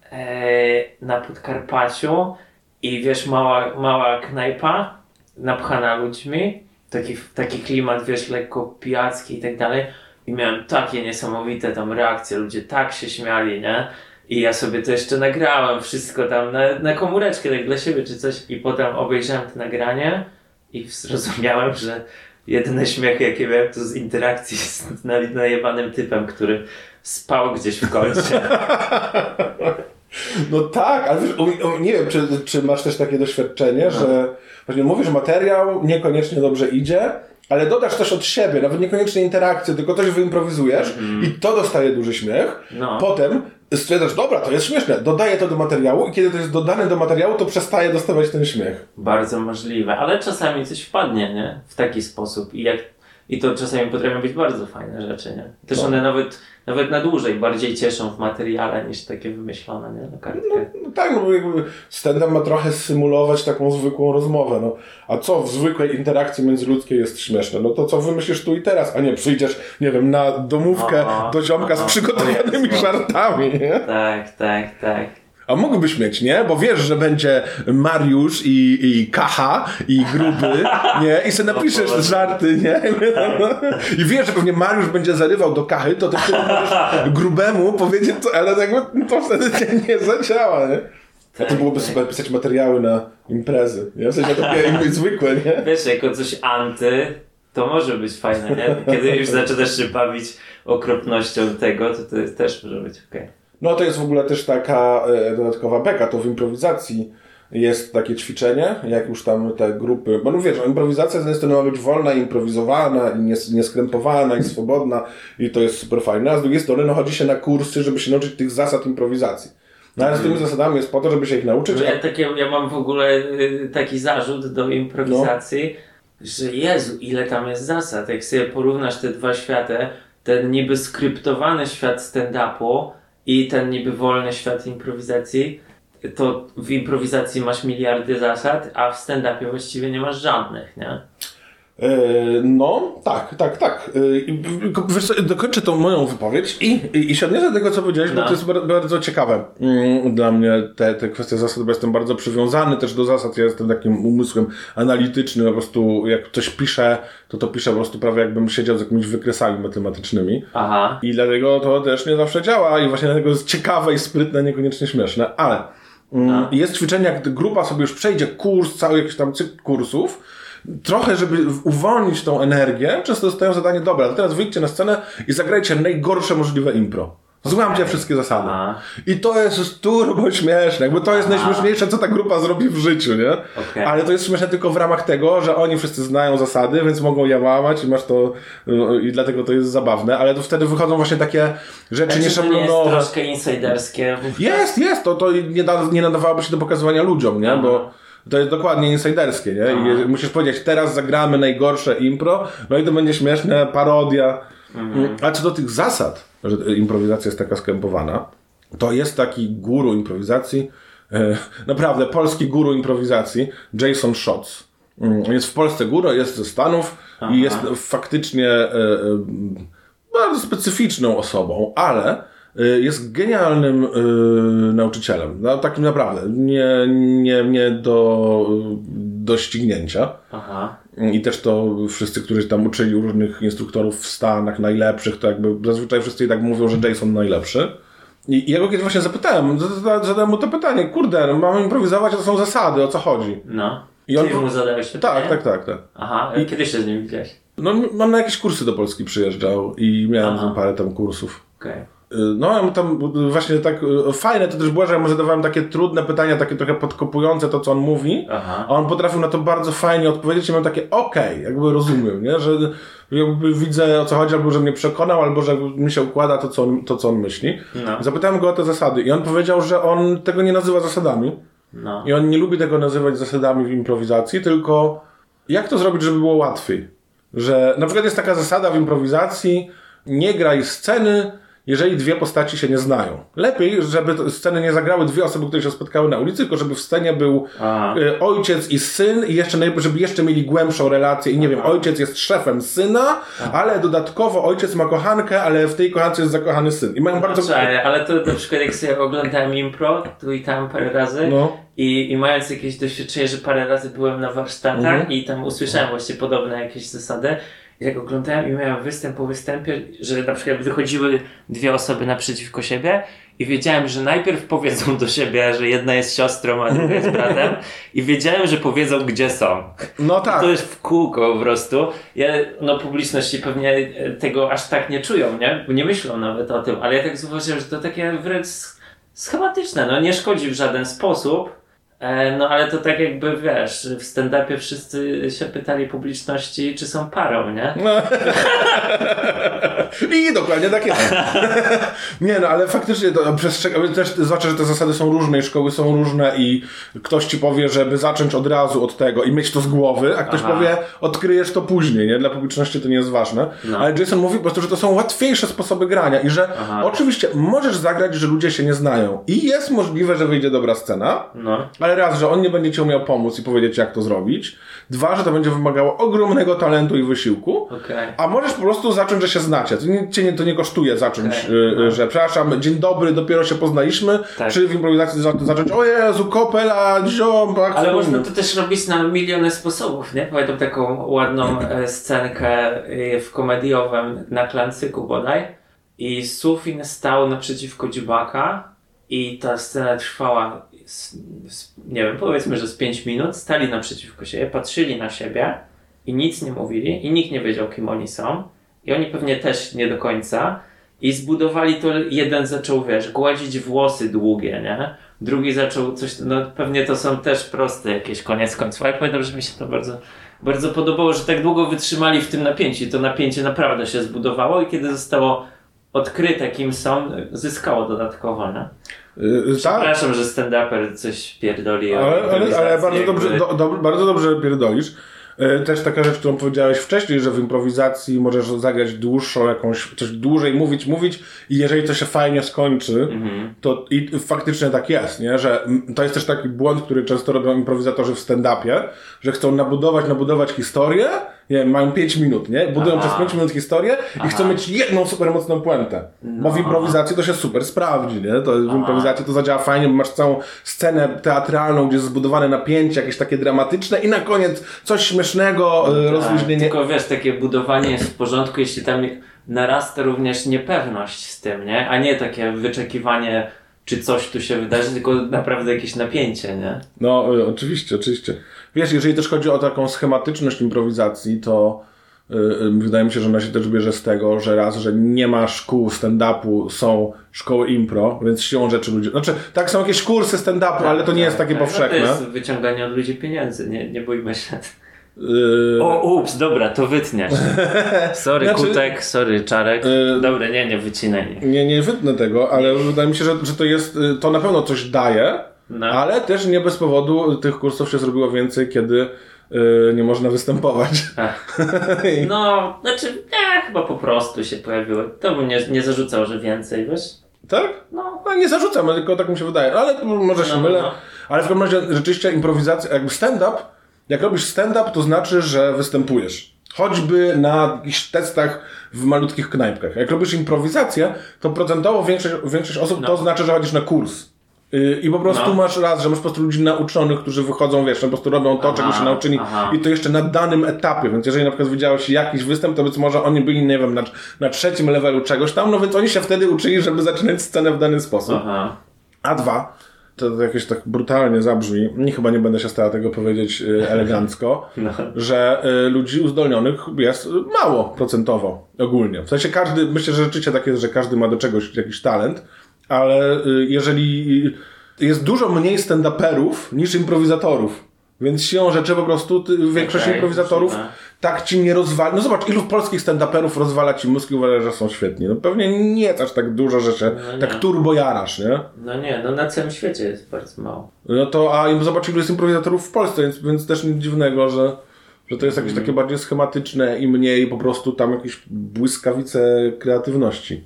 na Podkarpaciu i wiesz, mała knajpa napchana ludźmi. Taki klimat, wiesz, lekko pijacki i tak dalej. I miałem takie niesamowite tam reakcje, ludzie tak się śmiali, nie? I ja sobie to jeszcze nagrałem wszystko tam na komóreczkę, tak dla siebie czy coś. I potem obejrzałem to nagranie i zrozumiałem, że jedyne śmiechy, jakie miałem, to z interakcji z najebanym typem, który spał gdzieś w kącie. No tak, ale wiesz, nie wiem, czy masz też takie doświadczenie, że właśnie mówisz, że materiał niekoniecznie dobrze idzie, ale dodasz coś od siebie, nawet niekoniecznie interakcję, tylko coś wyimprowizujesz i to dostaje duży śmiech. No. Potem stwierdzasz, dobra, to jest śmieszne, dodaję to do materiału i kiedy to jest dodane do materiału, to przestaje dostawać ten śmiech. Bardzo możliwe, ale czasami coś wpadnie, nie? W taki sposób i to czasami potrafią być bardzo fajne rzeczy, nie? Też one nawet na dłużej bardziej cieszą w materiale niż takie wymyślone, nie? Na kartkę. No tak, no jakby stand-up ma trochę symulować taką zwykłą rozmowę, no. A co w zwykłej interakcji międzyludzkiej jest śmieszne? No to co wymyślisz tu i teraz, a nie przyjdziesz, nie wiem, na domówkę do ziomka z przygotowanymi żartami, nie? Tak. A mógłbyś mieć, nie? Bo wiesz, że będzie Mariusz i Kacha i Gruby, nie? I sobie napiszesz żarty, nie? I wiesz, że pewnie Mariusz będzie zarywał do Kachy, to wtedy możesz Grubemu powiedzieć, ale to wtedy cię nie zadziała, nie? A to byłoby super pisać materiały na imprezy, nie? W sensie takie zwykłe, nie? Wiesz, jako coś anty, to może być fajne, nie? Kiedy już zaczynasz się bawić okropnością tego, to też może być okej. No to jest w ogóle też taka dodatkowa beka, to w improwizacji jest takie ćwiczenie, jak już tam te grupy, bo no wiesz, improwizacja z jednej strony ma być wolna i improwizowana i nieskrępowana i swobodna i to jest super fajne, a z drugiej strony no chodzi się na kursy, żeby się nauczyć tych zasad improwizacji. No ale z tymi zasadami jest po to, żeby się ich nauczyć. Ja mam w ogóle taki zarzut do improwizacji, że Jezu, ile tam jest zasad. Jak sobie porównasz te dwa światy, ten niby skryptowany świat stand-upu i ten niby wolny świat improwizacji, to w improwizacji masz miliardy zasad, a w stand-upie właściwie nie masz żadnych, nie? No, tak. Wiesz co, dokończę tą moją wypowiedź i siadniesz do tego, co powiedziałeś, bo to jest bardzo ciekawe dla mnie te kwestie zasad, bo jestem bardzo przywiązany też do zasad, ja jestem takim umysłem analitycznym, po prostu jak coś piszę, to piszę po prostu prawie jakbym siedział z jakimiś wykresami matematycznymi. Aha. I dlatego to też nie zawsze działa i właśnie dlatego jest ciekawe i sprytne, niekoniecznie śmieszne, ale jest ćwiczenie, jak grupa sobie już przejdzie kurs, cały jakiś tam cykl kursów, trochę, żeby uwolnić tą energię, często dostają zadanie, dobra, to teraz wyjdźcie na scenę i zagrajcie najgorsze możliwe impro. Złamcie wszystkie zasady. I to jest turbo śmieszne. Jakby to jest najśmieszniejsze, co ta grupa zrobi w życiu, nie? Okay. Ale to jest śmieszne tylko w ramach tego, że oni wszyscy znają zasady, więc mogą je łamać i masz to... I dlatego to jest zabawne. Ale to wtedy wychodzą właśnie takie rzeczy nieszablonowe. To jest troszkę insiderskie. Jest. To nie nadawałoby się do pokazywania ludziom, nie? Bo to jest dokładnie insiderskie, nie? I musisz powiedzieć, teraz zagramy najgorsze impro, no i to będzie śmieszne, parodia. A co do tych zasad, że improwizacja jest taka skrępowana, to jest taki guru improwizacji, naprawdę polski guru improwizacji, Jason Schatz. On jest w Polsce guru, jest ze Stanów i jest faktycznie bardzo specyficzną osobą, ale jest genialnym nauczycielem. No, takim naprawdę nie do ścignięcia. I też to wszyscy, którzy tam uczyli różnych instruktorów w Stanach najlepszych, to jakby zazwyczaj wszyscy tak mówią, że Jason najlepszy. I ja go kiedyś właśnie zapytałem, zadałem mu to pytanie, kurde, mamy improwizować, to są zasady, o co chodzi? No. I on mu zadałeś to tak. Aha, i kiedy się z nim widziałeś? No, on na jakieś kursy do Polski przyjeżdżał i miałem parę tam kursów. Okay. No, tam właśnie tak fajne to też było, że ja mu zadawałem takie trudne pytania, takie trochę podkopujące to, co on mówi, a on potrafił na to bardzo fajnie odpowiedzieć i miałem takie jakby rozumiem, nie? Że jakby widzę, o co chodzi, albo że mnie przekonał, albo że mi się układa to, co on myśli. No. Zapytałem go o te zasady i on powiedział, że on tego nie nazywa zasadami i on nie lubi tego nazywać zasadami w improwizacji, tylko jak to zrobić, żeby było łatwiej. Że na przykład jest taka zasada w improwizacji, nie graj sceny, jeżeli dwie postaci się nie znają. Lepiej, żeby sceny nie zagrały dwie osoby, które się spotkały na ulicy, tylko żeby w scenie był ojciec i syn i żeby jeszcze mieli głębszą relację i nie wiem, ojciec jest szefem syna, ale dodatkowo ojciec ma kochankę, ale w tej kochance jest zakochany syn. I mają bardzo... Ale to na przykład jak sobie oglądałem impro, tu i tam parę razy i mając jakieś doświadczenie, że parę razy byłem na warsztatach i tam usłyszałem właśnie podobne jakieś zasady, jak oglądałem i miałem występ po występie, że na przykład wychodziły dwie osoby naprzeciwko siebie i wiedziałem, że najpierw powiedzą do siebie, że jedna jest siostrą, a druga jest bratem i wiedziałem, że powiedzą, gdzie są. No tak. To jest w kółko po prostu. Publiczności pewnie tego aż tak nie czują, nie? Bo nie myślą nawet o tym, ale ja tak zauważyłem, że to takie wręcz schematyczne, nie szkodzi w żaden sposób. Ale to tak jakby, wiesz, w stand-upie wszyscy się pytali publiczności, czy są parą, nie? No. I dokładnie tak jest. Nie, ale faktycznie to też znaczy, że te zasady są różne i szkoły są różne i ktoś ci powie, żeby zacząć od razu od tego i mieć to z głowy, a ktoś powie, odkryjesz to później, nie? Dla publiczności to nie jest ważne. Ale Jason mówi po prostu, że to są łatwiejsze sposoby grania i że oczywiście możesz zagrać, że ludzie się nie znają i jest możliwe, że wyjdzie dobra scena, ale raz, że on nie będzie ci umiał pomóc i powiedzieć, jak to zrobić. Dwa, że to będzie wymagało ogromnego talentu i wysiłku. A możesz po prostu zacząć, że się znacie. To nie kosztuje zacząć, że przepraszam, dzień dobry, dopiero się poznaliśmy. Czy w improwizacji zacząć, o Jezu, kopela, ziom, ale można to też robić na miliony sposobów, nie? Pamiętam taką ładną scenkę w komediowym na Klancyku bodaj. I Sufin stał naprzeciwko Dziubaka i ta scena trwała nie wiem, powiedzmy, że z 5 minut, stali naprzeciwko siebie, patrzyli na siebie i nic nie mówili i nikt nie wiedział, kim oni są i oni pewnie też nie do końca i zbudowali to, jeden zaczął, gładzić włosy długie, nie? Drugi zaczął coś, pewnie to są też proste jakieś koniec końców, ale pamiętam, że mi się to bardzo, bardzo podobało, że tak długo wytrzymali w tym napięciu i to napięcie naprawdę się zbudowało i kiedy zostało odkryte, kim są, zyskało dodatkowo, nie? Przepraszam, że stand-uper coś pierdoli. Ale bardzo dobrze pierdolisz. Też taka rzecz, którą powiedziałeś wcześniej, że w improwizacji możesz zagrać dłuższą jakąś, coś dłużej mówić i jeżeli to się fajnie skończy, to i faktycznie tak jest, nie? Że to jest też taki błąd, który często robią improwizatorzy w stand-upie, że chcą nabudować historię, nie wiem, mają 5 minut, nie? Budują przez 5 minut historię i chcą mieć jedną super mocną puentę. Bo w improwizacji to się super sprawdzi, nie? To w improwizacji to zadziała fajnie, bo masz całą scenę teatralną, gdzie jest zbudowane napięcie, jakieś takie dramatyczne i na koniec coś śmiesznego, rozluźnienie. Tylko takie budowanie jest w porządku, jeśli tam narasta również niepewność z tym, nie? A nie takie wyczekiwanie czy coś tu się wydarzy, tylko naprawdę jakieś napięcie, nie? No, oczywiście. Wiesz, jeżeli też chodzi o taką schematyczność improwizacji, to wydaje mi się, że ona się też bierze z tego, że nie ma szkół stand-upu, są szkoły impro, więc siłą rzeczy ludzie... Znaczy, tak, są jakieś kursy stand-upu, ale to nie jest takie powszechne. No to jest wyciąganie od ludzi pieniędzy, nie bójmy się. Dobra, to wytniesz. Sorry Kutek, sorry Czarek. Dobra, nie wycinaj. Nie wytnę tego, ale wydaje mi się, że to na pewno coś daje, ale też nie bez powodu tych kursów się zrobiło więcej, kiedy nie można występować. No, znaczy, chyba po prostu się pojawiły. To bym nie zarzucał, że więcej, wiesz? Tak? No nie zarzucam, tylko tak mi się wydaje. Ale może się mylę. Ale w każdym razie rzeczywiście improwizacja, jakby stand-up, jak robisz stand-up, to znaczy, że występujesz. Choćby na jakichś testach w malutkich knajpkach. Jak robisz improwizację, to procentowo większość osób to znaczy, że chodzisz na kurs. I po prostu masz że masz po prostu ludzi nauczonych, którzy wychodzą, wiesz, po prostu robią to, czego się nauczyli i to jeszcze na danym etapie, więc jeżeli na przykład widziałeś jakiś występ, to być może oni byli, nie wiem, na 3. levelu czegoś tam, no więc oni się wtedy uczyli, żeby zaczynać scenę w dany sposób. A 2, to jakieś tak brutalnie zabrzmi, chyba nie będę się starał tego powiedzieć elegancko, że ludzi uzdolnionych jest mało procentowo ogólnie. W sensie myślę, że rzeczywiście tak jest, że każdy ma do czegoś jakiś talent, ale jeżeli jest dużo mniej stand-uperów niż improwizatorów, więc siłą rzeczy po prostu większość improwizatorów tak ci nie rozwala. No zobacz, ilu polskich stand-uperów rozwala ci mózg i uważa, że są świetni. No pewnie nie jest aż tak dużo, że się tak turbo jarasz, nie? No na całym świecie jest bardzo mało. No to, zobacz, ilu jest improwizatorów w Polsce, więc też nic dziwnego, że to jest jakieś takie bardziej schematyczne i mniej po prostu tam jakieś błyskawice kreatywności.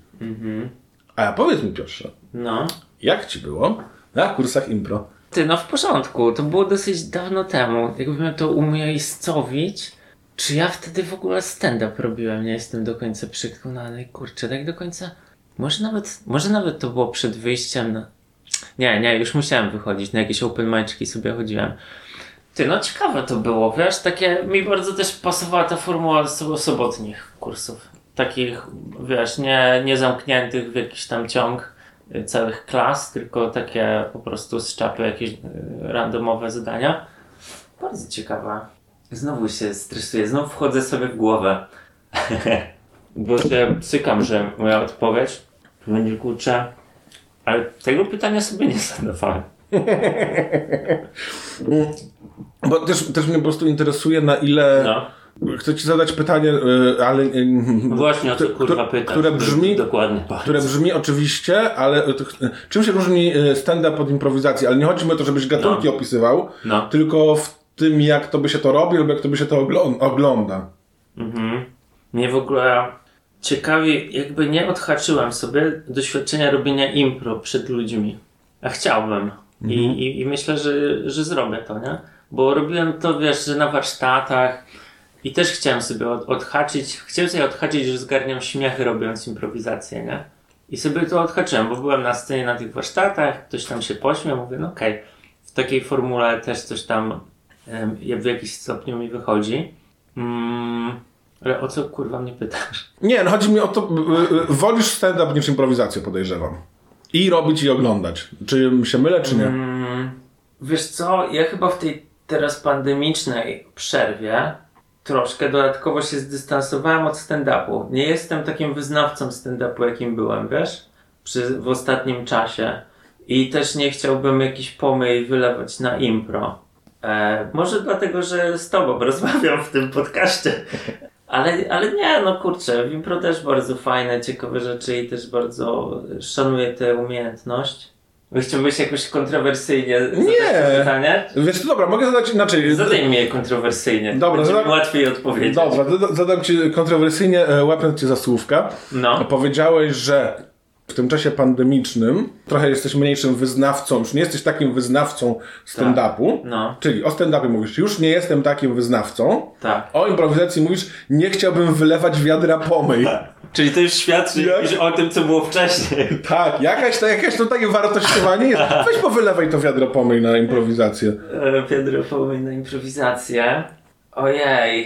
A powiedz mi, Piotrze, jak ci było na kursach impro? W porządku, to było dosyć dawno temu. Jakbym to umiejscowić, czy ja wtedy w ogóle stand-up robiłem, nie jestem do końca przekonany. Kurczę, tak do końca... Może nawet to było przed wyjściem na... Nie, już musiałem wychodzić, na jakieś open mic'ki sobie chodziłem. Ciekawe to było, wiesz, takie... Mi bardzo też pasowała ta formuła sobotnich kursów. Takich, wiesz, nie zamkniętych w jakiś tam ciąg całych klas, tylko takie po prostu z czapy jakieś randomowe zadania. Bardzo ciekawe. Znowu się stresuję, znowu wchodzę sobie w głowę. Bo się cykam, że moja odpowiedź będzie kurczę, ale tego pytania sobie nie zadawałem. Bo też mnie po prostu interesuje, na ile... Chcę ci zadać pytanie, ale... Właśnie o co kurwa pytasz. Które brzmi oczywiście, ale czym się różni stand-up od improwizacji? Ale nie chodzi mi o to, żebyś gatunki opisywał, tylko w tym, jak to by się to robi, lub jak to by się to ogląda. Mnie w ogóle ciekawi, jakby nie odhaczyłem sobie doświadczenia robienia impro przed ludźmi. A chciałbym. I myślę, że zrobię to, nie? Bo robiłem to, wiesz, że na warsztatach i też chciałem sobie odhaczyć, że zgarniam śmiechy robiąc improwizację, nie? I sobie to odhaczyłem, bo byłem na scenie na tych warsztatach, ktoś tam się pośmiał, mówię, no okej, w takiej formule też coś tam w jakiś stopniu mi wychodzi. Ale o co kurwa mnie pytasz? Nie, chodzi mi o to, wolisz stand-up niż improwizację, podejrzewam. I robić i oglądać. Czy się mylę, czy nie? Wiesz co, ja chyba w tej teraz pandemicznej przerwie troszkę dodatkowo się zdystansowałem od stand-upu. Nie jestem takim wyznawcą stand-upu, jakim byłem, wiesz? W ostatnim czasie. I też nie chciałbym jakiś pomyj wylewać na impro. Może dlatego, że z tobą rozmawiam w tym podcaście. Ale nie, no kurczę, w impro też bardzo fajne, ciekawe rzeczy i też bardzo szanuję tę umiejętność. Chciałbyś jakoś kontrowersyjnie zadać pytanie? Wiesz co, dobra, mogę zadać inaczej. Zadaj mi je kontrowersyjnie. Dobra, będzie mi łatwiej odpowiedzieć. Dobra, zadam ci kontrowersyjnie, łapiąc cię za słówka. Powiedziałeś, że w tym czasie pandemicznym trochę jesteś mniejszym wyznawcą, już nie jesteś takim wyznawcą stand-upu. Czyli o stand-upie mówisz, już nie jestem takim wyznawcą. O improwizacji mówisz, nie chciałbym wylewać wiadra pomyj. Czyli to już świadczy o tym, co było wcześniej. Tak, jakaś to takie wartościowanie jest. Weź powylewaj to wiadro pomyj na improwizację. Wiadro pomyj na improwizację? Ojej,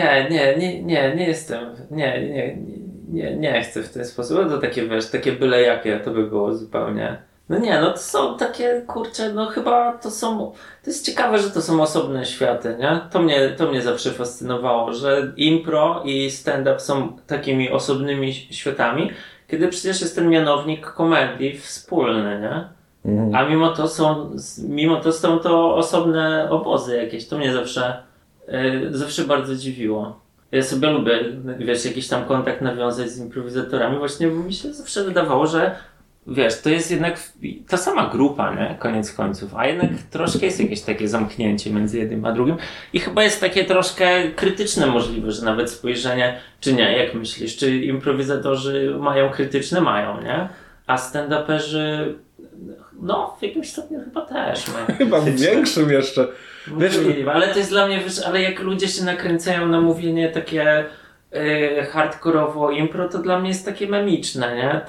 nie jestem. Nie chcę w ten sposób. To takie, wiesz, takie byle jakie to by było zupełnie. No nie, no to są takie, kurczę, no chyba to jest ciekawe, że to są osobne światy, nie? To mnie zawsze fascynowało, że impro i stand-up są takimi osobnymi światami, kiedy przecież jest ten mianownik komedii wspólny, nie? A mimo to są to osobne obozy jakieś, to mnie zawsze bardzo dziwiło. Ja sobie lubię, wiesz, jakiś tam kontakt nawiązać z improwizatorami, właśnie bo mi się zawsze wydawało, że wiesz, to jest jednak ta sama grupa, nie? Koniec końców, a jednak troszkę jest jakieś takie zamknięcie między jednym a drugim i chyba jest takie troszkę krytyczne możliwe, że nawet spojrzenie, czy nie, jak myślisz, czy improwizatorzy mają krytyczne? Mają, nie? A stand-uperzy, no w jakimś stopniu chyba też mają chyba w większym jeszcze. Wiesz, ale to jest dla mnie, wiesz, ale jak ludzie się nakręcają na mówienie takie hardkorowo impro, to dla mnie jest takie memiczne, nie?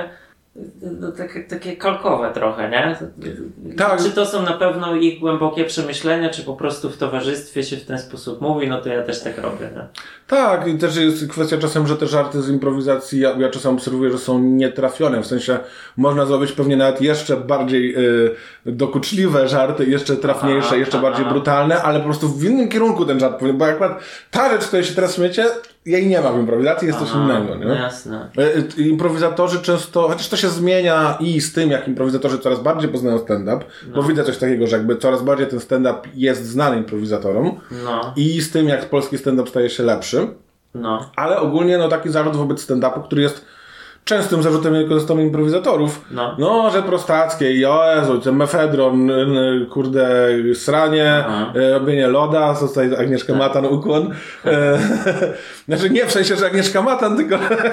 Takie kalkowe trochę, nie? Tak. Czy to są na pewno ich głębokie przemyślenia, czy po prostu w towarzystwie się w ten sposób mówi, no to ja też tak robię, nie? Tak, i też jest kwestia czasem, że te żarty z improwizacji, ja czasem obserwuję, że są nietrafione, w sensie można zrobić pewnie nawet jeszcze bardziej dokuczliwe żarty, jeszcze trafniejsze, jeszcze bardziej brutalne, ale po prostu w innym kierunku ten żart powinien, bo akurat ta rzecz, której się teraz śmiecie, jej nie ma w improwizacji, jest coś innego, nie? No jasne. Improwizatorzy często, chociaż to się zmienia i z tym, jak improwizatorzy coraz bardziej poznają stand-up, bo widzę coś takiego, że jakby coraz bardziej ten stand-up jest znany improwizatorom i z tym, jak polski stand-up staje się lepszy. Ale ogólnie taki zarzut wobec stand-upu, który jest częstym zarzutem ze strony improwizatorów, że prostackie i o Jezu, ten mefedron, kurde, sranie, robienie loda, tutaj Agnieszka Matan ukłon. Znaczy nie w sensie, że Agnieszka Matan, tylko...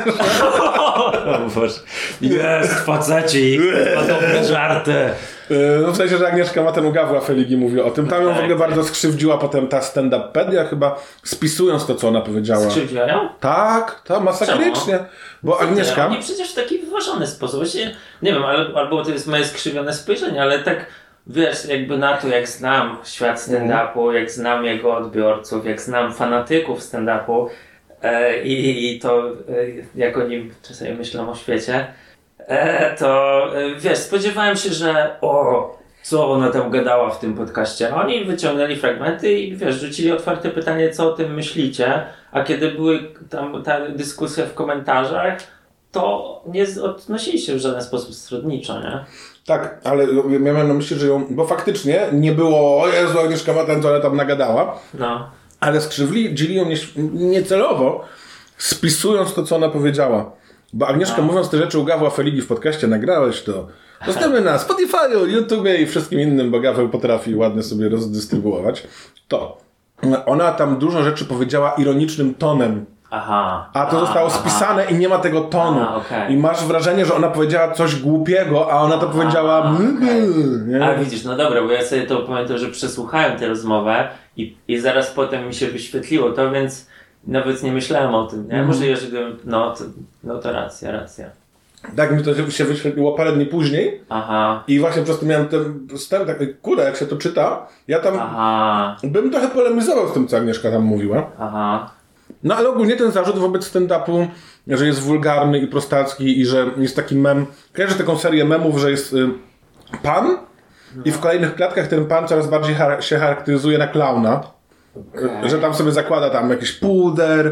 O Boże. Jest, faceci, podobne żarty. No w sensie, że Agnieszka Matan u Gawła Feligi mówi o tym. Tam ją w ogóle bardzo skrzywdziła potem ta stand-upedia chyba, spisując to, co ona powiedziała. Skrzywdziła ją? Tak, to masakrycznie. Czemu? Bo Agnieszka... Oni przecież w taki wyważony sposób. Właśnie, nie wiem, albo to jest moje skrzywione spojrzenie, ale tak wiesz, jakby na to, jak znam świat stand-upu, jak znam jego odbiorców, jak znam fanatyków stand-upu i to jak o nim czasami myślę o świecie, to wiesz, spodziewałem się, że co ona tam gadała w tym podcaście. A oni wyciągnęli fragmenty i wiesz, rzucili otwarte pytanie, co o tym myślicie, a kiedy były tam ta dyskusja w komentarzach, to nie odnosili się w żaden sposób stronniczo, nie? Tak, ale miałem na myśli, że ją, bo faktycznie nie było, o Jezu, Agnieszka Matan, co ona tam nagadała, ale skrzywdzili ją niecelowo, spisując to, co ona powiedziała. Bo Agnieszka, mówiąc te rzeczy u Gawła Feligi w podcaście, nagrałeś to. Dostępny na Spotify'u, YouTubie i wszystkim innym, bo Gaweł potrafi ładnie sobie rozdystrybuować. To ona tam dużo rzeczy powiedziała ironicznym tonem. A to zostało spisane i nie ma tego tonu. I masz wrażenie, że ona powiedziała coś głupiego, a ona to powiedziała... A widzisz, no dobra, bo ja sobie to pamiętam, że przesłuchałem tę rozmowę i zaraz potem mi się wyświetliło to, więc nawet nie myślałem o tym, nie? Może jeżeli to racja. Tak mi to się wyświetliło parę dni później. I właśnie przez to miałem ten wstęp, tak, kurde, jak się to czyta, ja tam bym trochę polemizował z tym, co Agnieszka tam mówiła. No ale ogólnie ten zarzut wobec stand-upu, że jest wulgarny i prostacki i że jest taki mem. Kojarzę taką serię memów, że jest pan i w kolejnych klatkach ten pan coraz bardziej się charakteryzuje na klauna. Że tam sobie zakłada tam jakiś puder,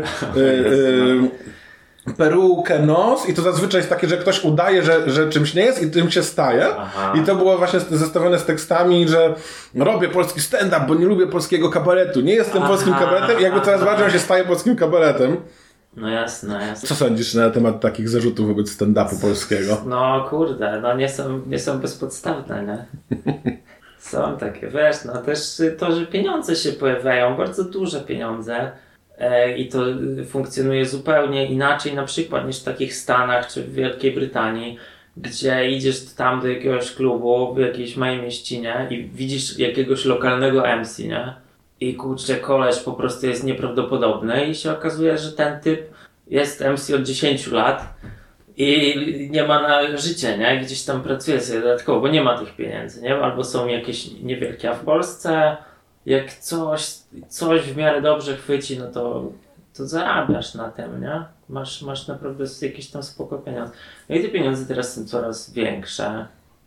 perukę, nos i to zazwyczaj jest takie, że ktoś udaje, że czymś nie jest i tym się staje. I to było właśnie zestawione z tekstami, że robię polski stand-up, bo nie lubię polskiego kabaretu. Nie jestem polskim kabaretem i jakby coraz bardziej on się staje polskim kabaretem. No jasne. Co sądzisz na temat takich zarzutów wobec stand-upu polskiego? No kurde, nie są bezpodstawne, nie? Są takie, wiesz, też to, że pieniądze się pojawiają, bardzo duże pieniądze i to funkcjonuje zupełnie inaczej na przykład niż w takich Stanach czy w Wielkiej Brytanii, gdzie idziesz tam do jakiegoś klubu w jakiejś małej mieścinie i widzisz jakiegoś lokalnego MC, nie? I kurczę, koleś po prostu jest nieprawdopodobny i się okazuje, że ten typ jest MC od 10 lat i nie ma na życie, nie? Gdzieś tam pracuje sobie dodatkowo, bo nie ma tych pieniędzy, nie? Albo są jakieś niewielkie, a w Polsce jak coś w miarę dobrze chwyci, no to zarabiasz na tym, nie? Masz naprawdę jakieś tam spoko pieniądze. No i te pieniądze teraz są coraz większe.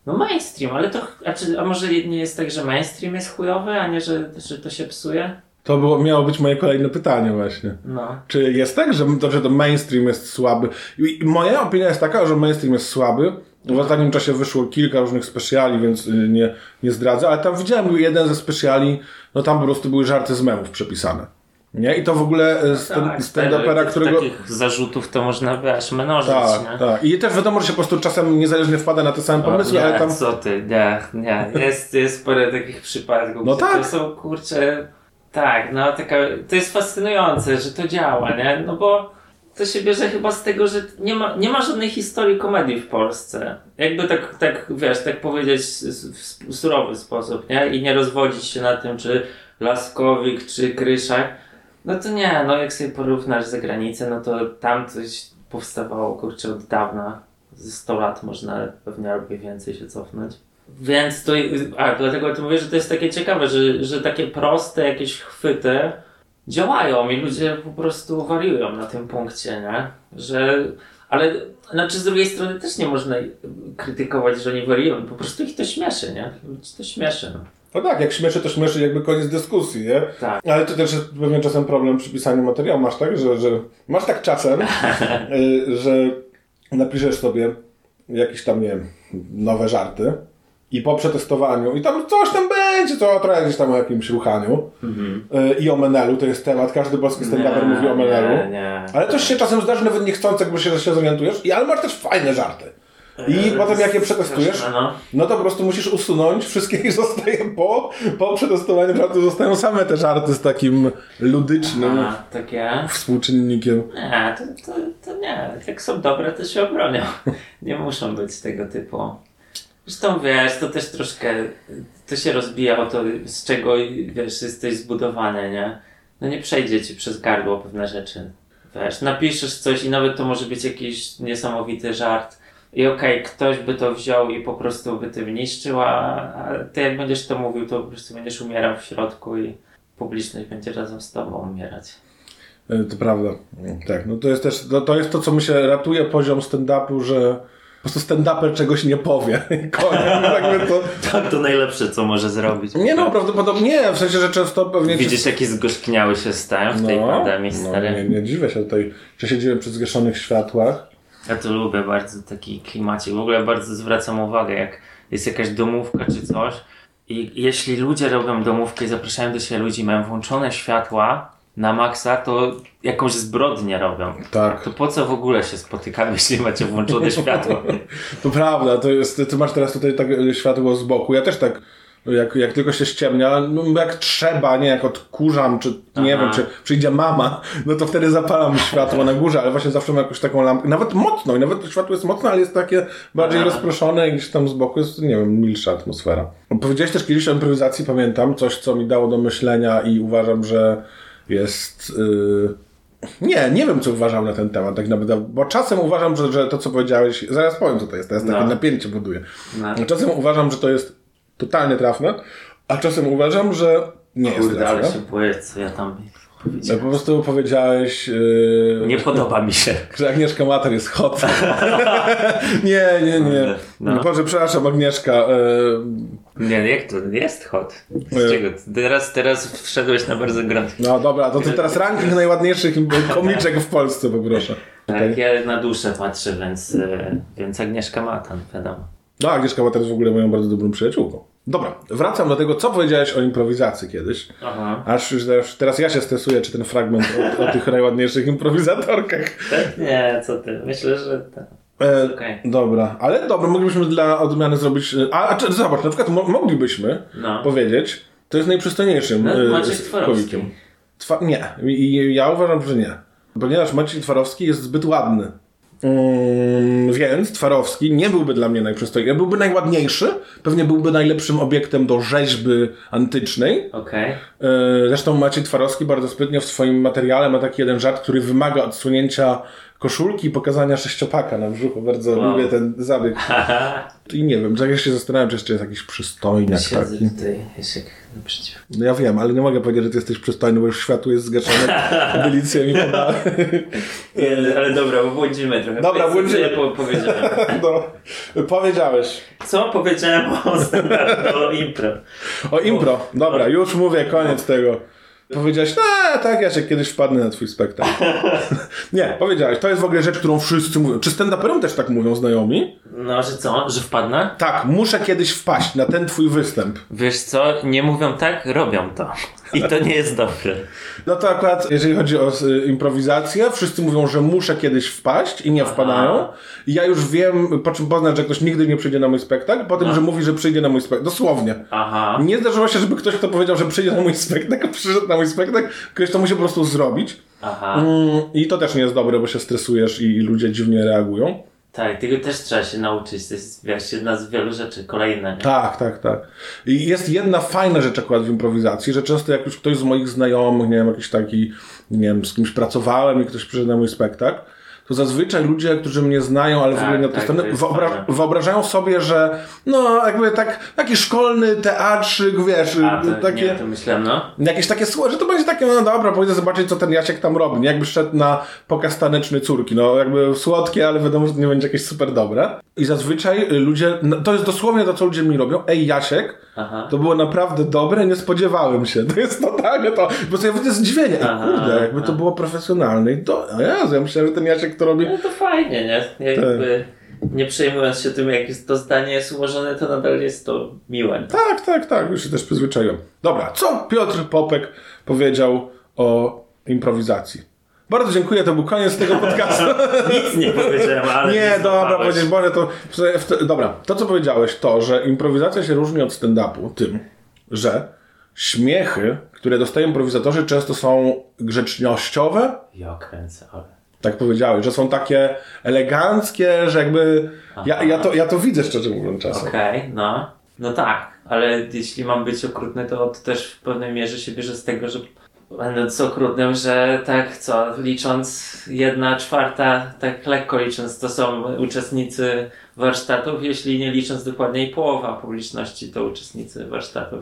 No mainstream, ale to... A może nie jest tak, że mainstream jest chujowy, a nie, że to się psuje? To miało być moje kolejne pytanie właśnie. No. Czy jest tak, że to mainstream jest słaby? I moja opinia jest taka, że mainstream jest słaby. W ostatnim czasie wyszło kilka różnych specjali, więc nie zdradzę, ale tam widziałem jeden ze specjali, no tam po prostu były żarty z memów przepisane. Nie? I to w ogóle stand-upera, którego... Takich zarzutów to można aż mnożyć, nie? Tak. I też wiadomo, że się po prostu czasem niezależnie wpada na te same pomysły, ale tam... co ty, nie. Jest parę takich przypadków, no tak. To są, kurczę... Tak, no to jest fascynujące, że to działa, nie? No bo to się bierze chyba z tego, że nie ma żadnej historii komedii w Polsce. Jakby tak powiedzieć w surowy sposób, nie? I nie rozwodzić się na tym, czy Laskowik, czy Kryszak. No to nie, no jak sobie porównasz zagranicę, no to tam coś powstawało, kurczę, od dawna. Ze 100 lat można pewnie albo więcej się cofnąć. Więc to, dlatego to mówię, że to jest takie ciekawe, że takie proste jakieś chwyty działają i ludzie po prostu wariują na tym punkcie, nie? Ale znaczy z drugiej strony też nie można krytykować, że oni wariują, po prostu ich to śmieszy, nie? To śmieszy. No tak, jak śmieszy, to śmieszy, jakby koniec dyskusji, nie? Tak. Ale to też jest pewnie czasem problem przy pisaniu materiału. Masz tak, że masz tak czasem, że napiszesz sobie jakieś tam, nie wiem, nowe żarty i po przetestowaniu i tam coś tam będzie, to trochę gdzieś tam o jakimś ruchaniu i o Menelu, to jest temat, każdy polski stand-uper mówi o Menelu. Nie. Ale coś się czasem zdarzy, nawet niechcący, jakby się zorientujesz, ale masz też fajne żarty. I potem jak je przetestujesz, no to po prostu musisz usunąć wszystkie i zostaje po przetestowaniu żartu zostają same te żarty z takim ludycznym współczynnikiem. Nie, to nie. Jak są dobre, to się obronią. Nie muszą być tego typu. Zresztą wiesz, to też troszkę, to się rozbija o to, z czego wiesz, jesteś zbudowany, nie? No nie przejdzie ci przez gardło pewne rzeczy. Wiesz, napiszesz coś i nawet to może być jakiś niesamowity żart. I okej, ktoś by to wziął i po prostu by tym niszczył, a ty jak będziesz to mówił, to po prostu będziesz umierał w środku i publiczność będzie razem z tobą umierać. To prawda. Tak, no to jest też, to jest to, co mi się ratuje poziom stand-upu, że po prostu stand-uper czegoś nie powie. To najlepsze, co może zrobić. Nie no, prawdopodobnie, w sensie, że często pewnie... Widzisz, jakie zgorzkniały się stają w tej pandemii, stary? Nie dziwię się tutaj, że siedziałem przy zgaszonych światłach. Ja to lubię bardzo taki klimacik. W ogóle bardzo zwracam uwagę, jak jest jakaś domówka czy coś i jeśli ludzie robią domówkę i zapraszają do siebie ludzi, mają włączone światła na maksa, to jakąś zbrodnię robią. Tak. To po co w ogóle się spotykamy, jeśli macie włączone światło? To prawda, to jest, ty masz teraz tutaj tak światło z boku. Ja też tak, jak tylko się ściemnia, no jak trzeba, nie jak odkurzam, czy nie wiem, czy przyjdzie mama, no to wtedy zapalam światło na górze, ale właśnie zawsze mam jakąś taką lampkę, nawet mocno, i nawet to światło jest mocne, ale jest takie bardziej rozproszone i gdzieś tam z boku jest, nie wiem, milsza atmosfera. Powiedziałeś też kiedyś o improwizacji, pamiętam, coś, co mi dało do myślenia i uważam, że jest... Nie wiem, co uważam na ten temat, tak naprawdę, bo czasem uważam, że to, co powiedziałeś, zaraz powiem, co to jest, teraz takie napięcie buduje. Czasem uważam, że to jest totalnie trafne, a czasem uważam, że nie jest trafne. Ale się boję, co ja tam powiedziałem. Po prostu powiedziałeś... nie podoba mi się. Że Agnieszka Mater jest hot. Nie. No. Boże, przepraszam, Agnieszka. Nie, jak to jest hot? Z czego? Teraz wszedłeś na bardzo grunt. No dobra, to teraz ranking najładniejszych komiczek w Polsce, poproszę. Tak, ja na duszę patrzę, więc Agnieszka Matan, wiadomo. No, Agnieszka Mater jest w ogóle moją bardzo dobrą przyjaciółką. Dobra, wracam do tego, co powiedziałeś o improwizacji kiedyś. Aż już teraz ja się stresuję, czy ten fragment o tych najładniejszych improwizatorkach. Nie, co ty? Myślę, że tak. Okay. Dobra, ale dobra, moglibyśmy dla odmiany zrobić... Zobacz, na przykład moglibyśmy powiedzieć, to jest najprzystojniejszym komikiem. Nie, ja uważam, że nie. Ponieważ Maciej Twarowski jest zbyt ładny. Więc Twarowski nie byłby dla mnie najprzystojniejszy. Byłby najładniejszy, pewnie byłby najlepszym obiektem do rzeźby antycznej. Zresztą Maciej Twarowski bardzo sprytnie w swoim materiale ma taki jeden żart, który wymaga odsunięcia koszulki i pokazania sześciopaka na brzuchu. Bardzo lubię ten zabieg. I nie wiem, ja się zastanawiam, czy jeszcze jest jakiś przystojniak taki. Tutaj jest jak naprzeciw. No ja wiem, ale nie mogę powiedzieć, że ty jesteś przystojny, bo już światło jest zgaszone. Delicja mi podała. Ale dobra, bo błądzimy trochę. Dobra, błądzimy. Powiedziałem. No, powiedziałeś. Co? Powiedziałem o impro. O impro. Dobra, już mówię, koniec tego. Powiedziałeś, tak, ja się kiedyś wpadnę na twój spektakl. Nie, powiedziałeś, to jest w ogóle rzecz, którą wszyscy mówią. Czy stand-uperom też tak mówią znajomi? No, że co? Że wpadnę? Tak, muszę kiedyś wpaść na ten twój występ. Wiesz co? Nie mówią tak, robią to. I to nie jest dobre. No to akurat, jeżeli chodzi o improwizację, wszyscy mówią, że muszę kiedyś wpaść i nie wpadają. I ja już wiem, po czym poznać, że ktoś nigdy nie przyjdzie na mój spektakl, po tym, że mówi, że przyjdzie na mój spektakl. Dosłownie. Aha. Nie zdarzyło się, żeby ktoś, kto powiedział, że przyjdzie na mój spektakl, przyszedł na mój spektakl, ktoś to musi po prostu zrobić. Aha. I to też nie jest dobre, bo się stresujesz i ludzie dziwnie reagują. Tak, tego też trzeba się nauczyć. To jest, wiesz, jedna z wielu rzeczy. Kolejna, nie? Tak. I jest jedna fajna rzecz akurat w improwizacji, że często jak już ktoś z moich znajomych, nie wiem, jakiś taki, nie wiem, z kimś pracowałem i ktoś przyszedł na mój spektakl, to zazwyczaj ludzie, którzy mnie znają, ale w ogóle nie wyobrażają sobie, że no jakby taki szkolny teatrzyk, wiesz, takie... Nie, to myślałem, no. Jakieś takie słowa, że to będzie takie, no dobra, pójdę zobaczyć, co ten Jasiek tam robi. Jakby szedł na pokaz taneczny córki. No jakby słodkie, ale wiadomo, że to nie będzie jakieś super dobre. I zazwyczaj ludzie, to jest dosłownie to, co ludzie mi robią. Ej, Jasiek, to było naprawdę dobre, nie spodziewałem się. To jest totalnie to, bo sobie to jest zdziwienie. Kurde, jakby to było profesjonalne. I Jezu, ja myślałem, że ten Jasiek to robi... No to fajnie, nie? Jakby nie przejmując się tym, jak to zdanie jest ułożone, to nadal jest to miłe. Tak, już się też przyzwyczaiłem. Dobra, co Piotr Popek powiedział o improwizacji? Bardzo dziękuję, to był koniec tego podcastu. Nic nie powiedziałem, ale... Nie, dobra, powiedzieć, Boże, to... Dobra, to co powiedziałeś, to, że improwizacja się różni od stand-upu tym, że śmiechy, które dostają improwizatorzy, często są grzecznościowe. Ja kręcę, ale... Tak powiedziałeś, że są takie eleganckie, że jakby... Ja to widzę, szczerze mówiąc, czasem. Okej, no tak, ale jeśli mam być okrutny, to też w pewnej mierze się bierze z tego, że będąc okrutnym, że tak licząc 1/4, tak lekko licząc, to są uczestnicy warsztatów, jeśli nie licząc dokładniej połowa publiczności, to uczestnicy warsztatów.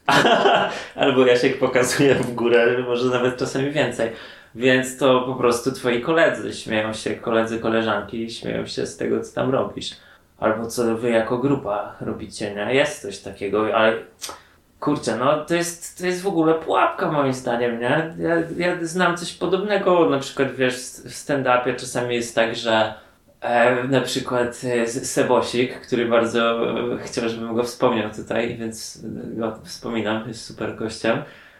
Albo Jasiek pokazuje w górę, może nawet czasami więcej. Więc to po prostu twoi koledzy śmieją się, koleżanki śmieją się z tego, co tam robisz. Albo co wy jako grupa robicie, nie? Jest coś takiego, ale kurczę, no to jest w ogóle pułapka moim zdaniem, nie? Ja znam coś podobnego, na przykład wiesz, w stand-upie czasami jest tak, że na przykład Sebosik, który bardzo chciał, żebym go wspomniał tutaj, więc go wspominam, jest super gościem.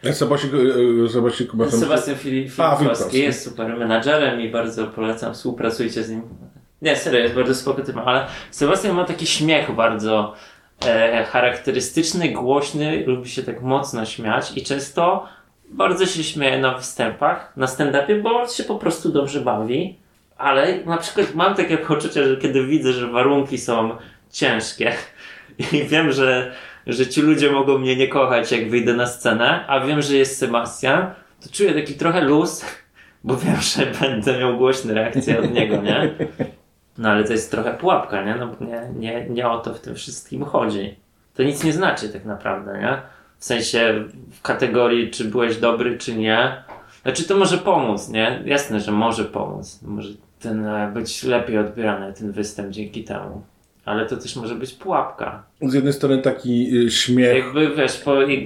Sebastian Filipkowski jest super menadżerem i bardzo polecam, współpracujcie z nim. Nie, serio, jest bardzo spoko tym, ale Sebastian ma taki śmiech bardzo charakterystyczny, głośny, lubi się tak mocno śmiać i często bardzo się śmieje na występach, na stand-upie, bo on się po prostu dobrze bawi, ale na przykład mam takie poczucie, że kiedy widzę, że warunki są ciężkie i wiem, że ci ludzie mogą mnie nie kochać, jak wyjdę na scenę, a wiem, że jest Sebastian, to czuję taki trochę luz, bo wiem, że będę miał głośne reakcje od niego, nie? No ale to jest trochę pułapka, nie? No bo nie o to w tym wszystkim chodzi. To nic nie znaczy tak naprawdę, nie? W sensie w kategorii, czy byłeś dobry, czy nie. Znaczy to może pomóc, nie? Jasne, że może pomóc. Może być lepiej odbierany ten występ dzięki temu. Ale to też może być pułapka. Z jednej strony taki śmiech. Jakby wiesz,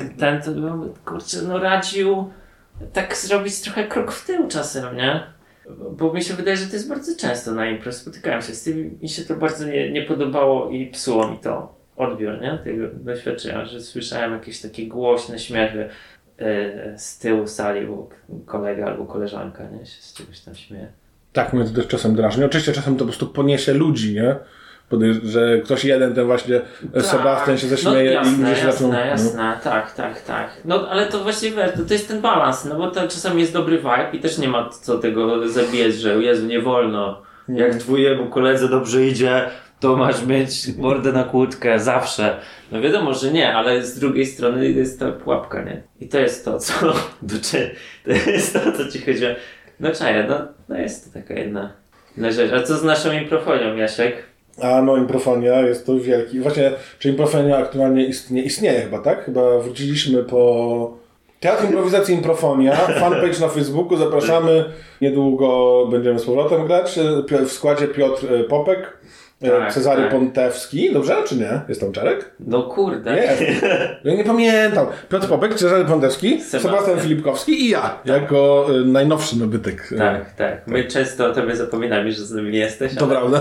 radził tak zrobić trochę krok w tył czasem, nie? Bo mi się wydaje, że to jest bardzo często na imprez. Spotykałem się z tym, mi się to bardzo nie podobało i psuło mi to odbiór, nie? Tego doświadczenia, że słyszałem jakieś takie głośne śmiechy z tyłu sali, bo kolega albo koleżanka, nie? Się z czegoś tam śmieje. Tak, mnie to też czasem drażni. Oczywiście czasem to po prostu poniesie ludzi, nie? Że ktoś jeden, ten właśnie Sebastian się zaśmieje i ludzie się zaczną... Jasne, tak. No ale to właściwie to jest ten balans, no bo to czasami jest dobry vibe i też nie ma co tego zabijać, że Jezu, nie wolno. Jak twojemu koledze dobrze idzie, to masz mieć mordę na kłódkę zawsze. No wiadomo, że nie, ale z drugiej strony jest ta pułapka, nie? I to jest to, to jest to, co ci chodziło. No czaję, no jest to taka jedna... A co z naszą improfonią, Jasiek? A no, Improfonia jest to wielki... Właśnie, czy Improfonia aktualnie istnieje chyba, tak? Chyba wróciliśmy po... Teatr Improwizacji Improfonia, fanpage na Facebooku, zapraszamy. Niedługo będziemy z powrotem grać. W składzie Piotr Popek, Cezary Pontewski. Dobrze, czy nie? Jest tam Czarek? No kurde. Ja nie pamiętam. Piotr Popek, Cezary Pontewski, Sebastian Filipkowski i ja, jako najnowszy nabytek. Tak. My często o tobie zapominamy, że z nami jesteś. To prawda.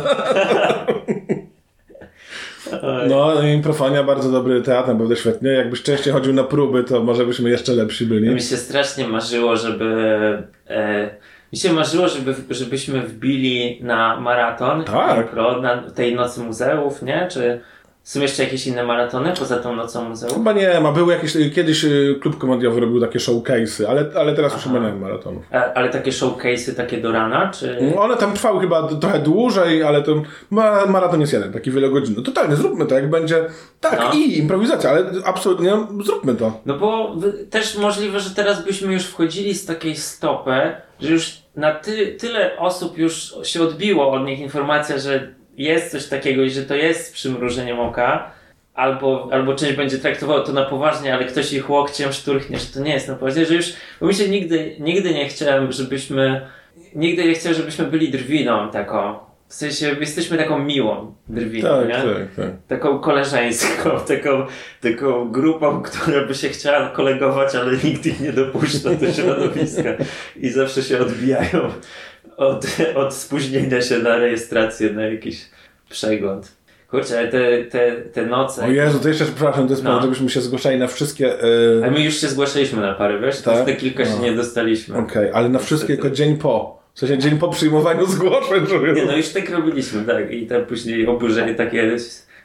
No, Improfonia, bardzo dobry teatr, naprawdę świetnie. Jakbyś częściej chodził na próby, to może byśmy jeszcze lepsi byli. Mi się strasznie marzyło, żebyśmy wbili na maraton. Tak. Na tej Nocy Muzeów, nie? Czy są jeszcze jakieś inne maratony poza tą Nocą Muzeów? Chyba nie ma. Były jakieś, kiedyś klub komediowy robił takie showcase'y, ale teraz już chyba nie ma maratonów. Ale takie showcase'y takie do rana, czy... One tam trwały chyba trochę dłużej, ale to maraton jest jeden, taki wielogodzinny. Totalnie, zróbmy to, jak będzie... I improwizacja, ale absolutnie zróbmy to. No bo też możliwe, że teraz byśmy już wchodzili z takiej stopy, że już na tyle osób już się odbiło od nich informacja, że jest coś takiego i że to jest z przymrużeniem oka, albo część będzie traktowało to na poważnie, ale ktoś ich łokciem szturchnie, że to nie jest na poważnie, że już, bo mi się nigdy nie chciałem, żebyśmy byli drwiną taką. W sensie, jesteśmy taką miłą drwiną, nie? Tak. Taką koleżeńską, taką grupą, która by się chciała kolegować, ale nikt ich nie dopuszcza do środowiska i zawsze się odbijają od spóźnienia się na rejestrację, na jakiś przegląd. Kurczę, ale te noce... O Jezu, to jeszcze, przepraszam, to jest prawda, żebyśmy się zgłaszali na wszystkie... Ale my już się zgłaszaliśmy na parę, wiesz? Tak? Na kilka się nie dostaliśmy. Okej, ale na wszystkie tylko dzień po. W sensie dzień po przyjmowaniu zgłoszeń. Nie, no już tak robiliśmy, tak. I tam później oburzenie takie...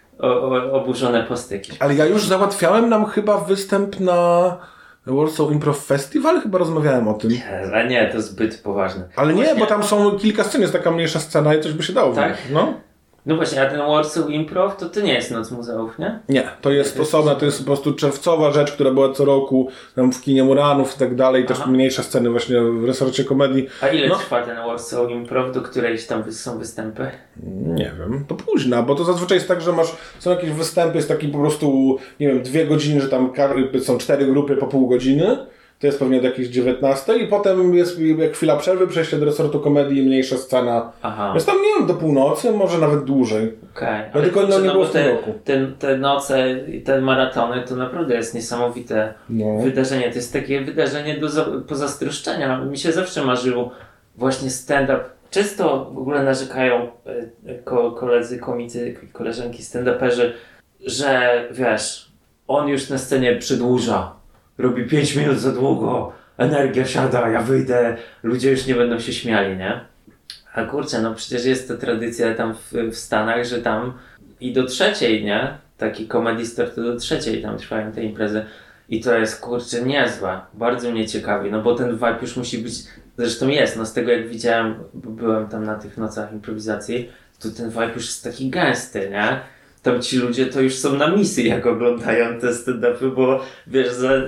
oburzone posty jakieś. Ale ja już załatwiałem nam chyba występ na Warsaw Improv Festival, chyba rozmawiałem o tym. A nie, to zbyt poważne. Ale nie, bo tam są kilka scen, jest taka mniejsza scena i coś by się dało. Tak? No. No właśnie, a ten Warsaw Improv to nie jest Noc Muzeów, nie? Nie, to jest osobna, to jest po prostu czerwcowa rzecz, która była co roku tam w kinie Muranów i tak dalej, też mniejsze sceny właśnie w resorcie komedii. A ile trwa ten Warsaw Improv, do którejś tam są występy? Nie wiem, to późno, bo to zazwyczaj jest tak, że są jakieś występy, jest taki po prostu, nie wiem, 2 godziny, że tam są 4 grupy po pół godziny. To jest pewnie do jakiejś 19 i potem jest jak chwila przerwy, przejście do resortu komedii i mniejsza scena. Jest tam, nie wiem, do północy, może nawet dłużej. Okej. Ale tylko nie było w tym roku. Te noce i te maratony to naprawdę jest niesamowite wydarzenie. To jest takie wydarzenie do pozazdroszczenia. Mi się zawsze marzyło właśnie stand-up. Często w ogóle narzekają koledzy, komicy, koleżanki stand-uperzy, że wiesz, on już na scenie przedłuża. Robi 5 minut za długo, energia siada, ja wyjdę, ludzie już nie będą się śmiali, nie? A kurczę, no przecież jest ta tradycja tam w Stanach, że tam i do 3:00, nie? Taki Comedy Store to do 3:00 tam trwają te imprezy. I to jest, kurczę, niezłe. Bardzo mnie ciekawi, no bo ten vibe już musi być, zresztą jest, no z tego jak widziałem, bo byłem tam na tych nocach improwizacji, to ten vibe już jest taki gęsty, nie? Tam ci ludzie to już są na misji, jak oglądają te stand-upy, bo wiesz,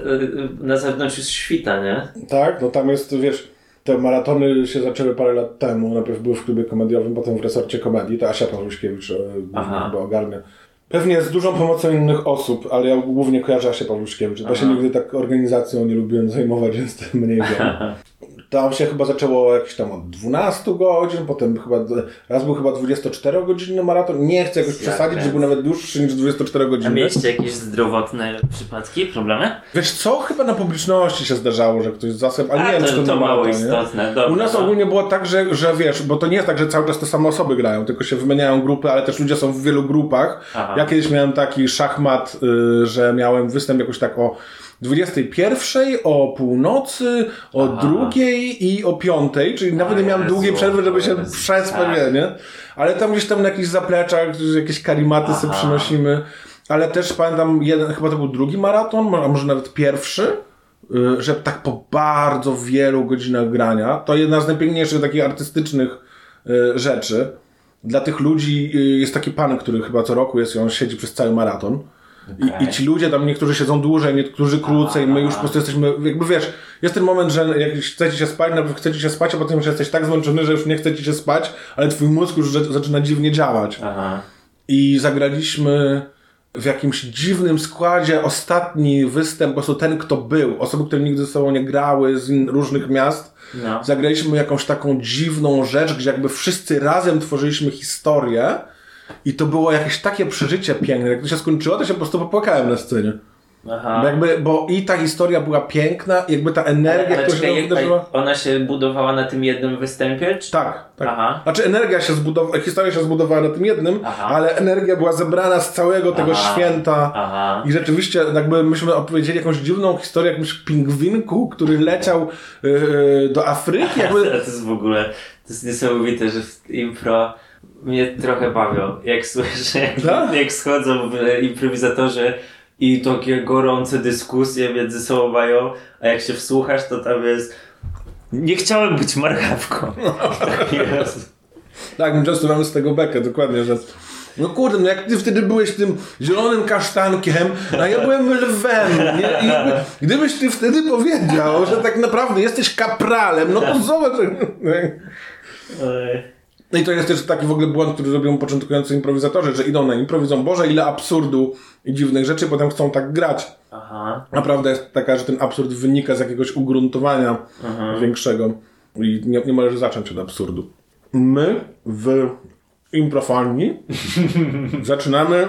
na zewnątrz już świta, nie? Tak, no tam jest, wiesz, te maratony się zaczęły parę lat temu, najpierw były w klubie komediowym, potem w resorcie komedii, to Asia Pawluszkiewicz chyba ogarnia. Pewnie z dużą pomocą innych osób, ale ja głównie kojarzę Asię Pawluszkiewicz. Ja się nigdy tak organizacją nie lubiłem zajmować, więc mniej wiem. Tam się chyba zaczęło jakieś tam od 12 godzin, potem raz był chyba 24-godzinny maraton. Nie chcę jakoś przesadzić, że był nawet dłuższy niż 24 godziny. A mieliście jakieś zdrowotne przypadki, problemy? Wiesz co, chyba na publiczności się zdarzało, że ktoś zasęp, ale nie wiem, czy to mało istotne. Dobra, u nas ogólnie było tak, że wiesz, bo to nie jest tak, że cały czas te same osoby grają, tylko się wymieniają grupy, ale też ludzie są w wielu grupach. Ja kiedyś miałem taki szachmat, że miałem występ jakoś tak o 21, o północy, o 2 i o 5, czyli nawet nie miałem długiej przerwy, żeby się przespać, nie? Ale tam gdzieś tam na jakichś zapleczach, jakieś karimaty sobie przynosimy. Ale też pamiętam, chyba to był 2 maraton, a może nawet 1, że tak po bardzo wielu godzinach grania, to jedna z najpiękniejszych takich artystycznych rzeczy. Dla tych ludzi jest taki pan, który chyba co roku jest i on siedzi przez cały maraton. I ci ludzie tam, niektórzy siedzą dłużej, niektórzy krócej, my już po prostu jesteśmy, jakby wiesz, jest ten moment, że jak chcecie się spać, najpierw chcecie się spać, a potem już jesteś tak zmęczony, że już nie chcecie się spać, ale twój mózg już zaczyna dziwnie działać. I zagraliśmy w jakimś dziwnym składzie ostatni występ, po prostu ten, kto był, osoby, które nigdy ze sobą nie grały z różnych miast, zagraliśmy jakąś taką dziwną rzecz, gdzie jakby wszyscy razem tworzyliśmy historię i to było jakieś takie przeżycie piękne. Jak to się skończyło, to się po prostu popłakałem na scenie. Bo i ta historia była piękna, jakby ta energia, która się wydarzyła. Ona się budowała na tym jednym występie? Czy... Tak. Znaczy historia się zbudowała na tym jednym, ale energia była zebrana z całego tego święta. I rzeczywiście jakby myśmy opowiedzieli jakąś dziwną historię o jakimś pingwinku, który leciał do Afryki. Jakby... To jest w ogóle, to jest niesamowite, że w impro mnie trochę bawią. Jak słyszę, jak schodzą improwizatorzy i takie gorące dyskusje między sobą mają, a jak się wsłuchasz, to tam jest nie chciałem być marchewką. Tak, my często mamy z tego bekę, dokładnie, że no kurde, no jak ty wtedy byłeś tym zielonym kasztankiem, a ja byłem lwem. I gdybyś ty wtedy powiedział, że tak naprawdę jesteś kapralem, no to zobacz. No i to jest też taki w ogóle błąd, który robią początkujący improwizatorzy, że idą na impro, widzą, Boże, ile absurdu i dziwnych rzeczy, potem chcą tak grać. A prawda jest taka, że ten absurd wynika z jakiegoś ugruntowania większego i nie możesz zacząć od absurdu. My w Improfanii zaczynamy...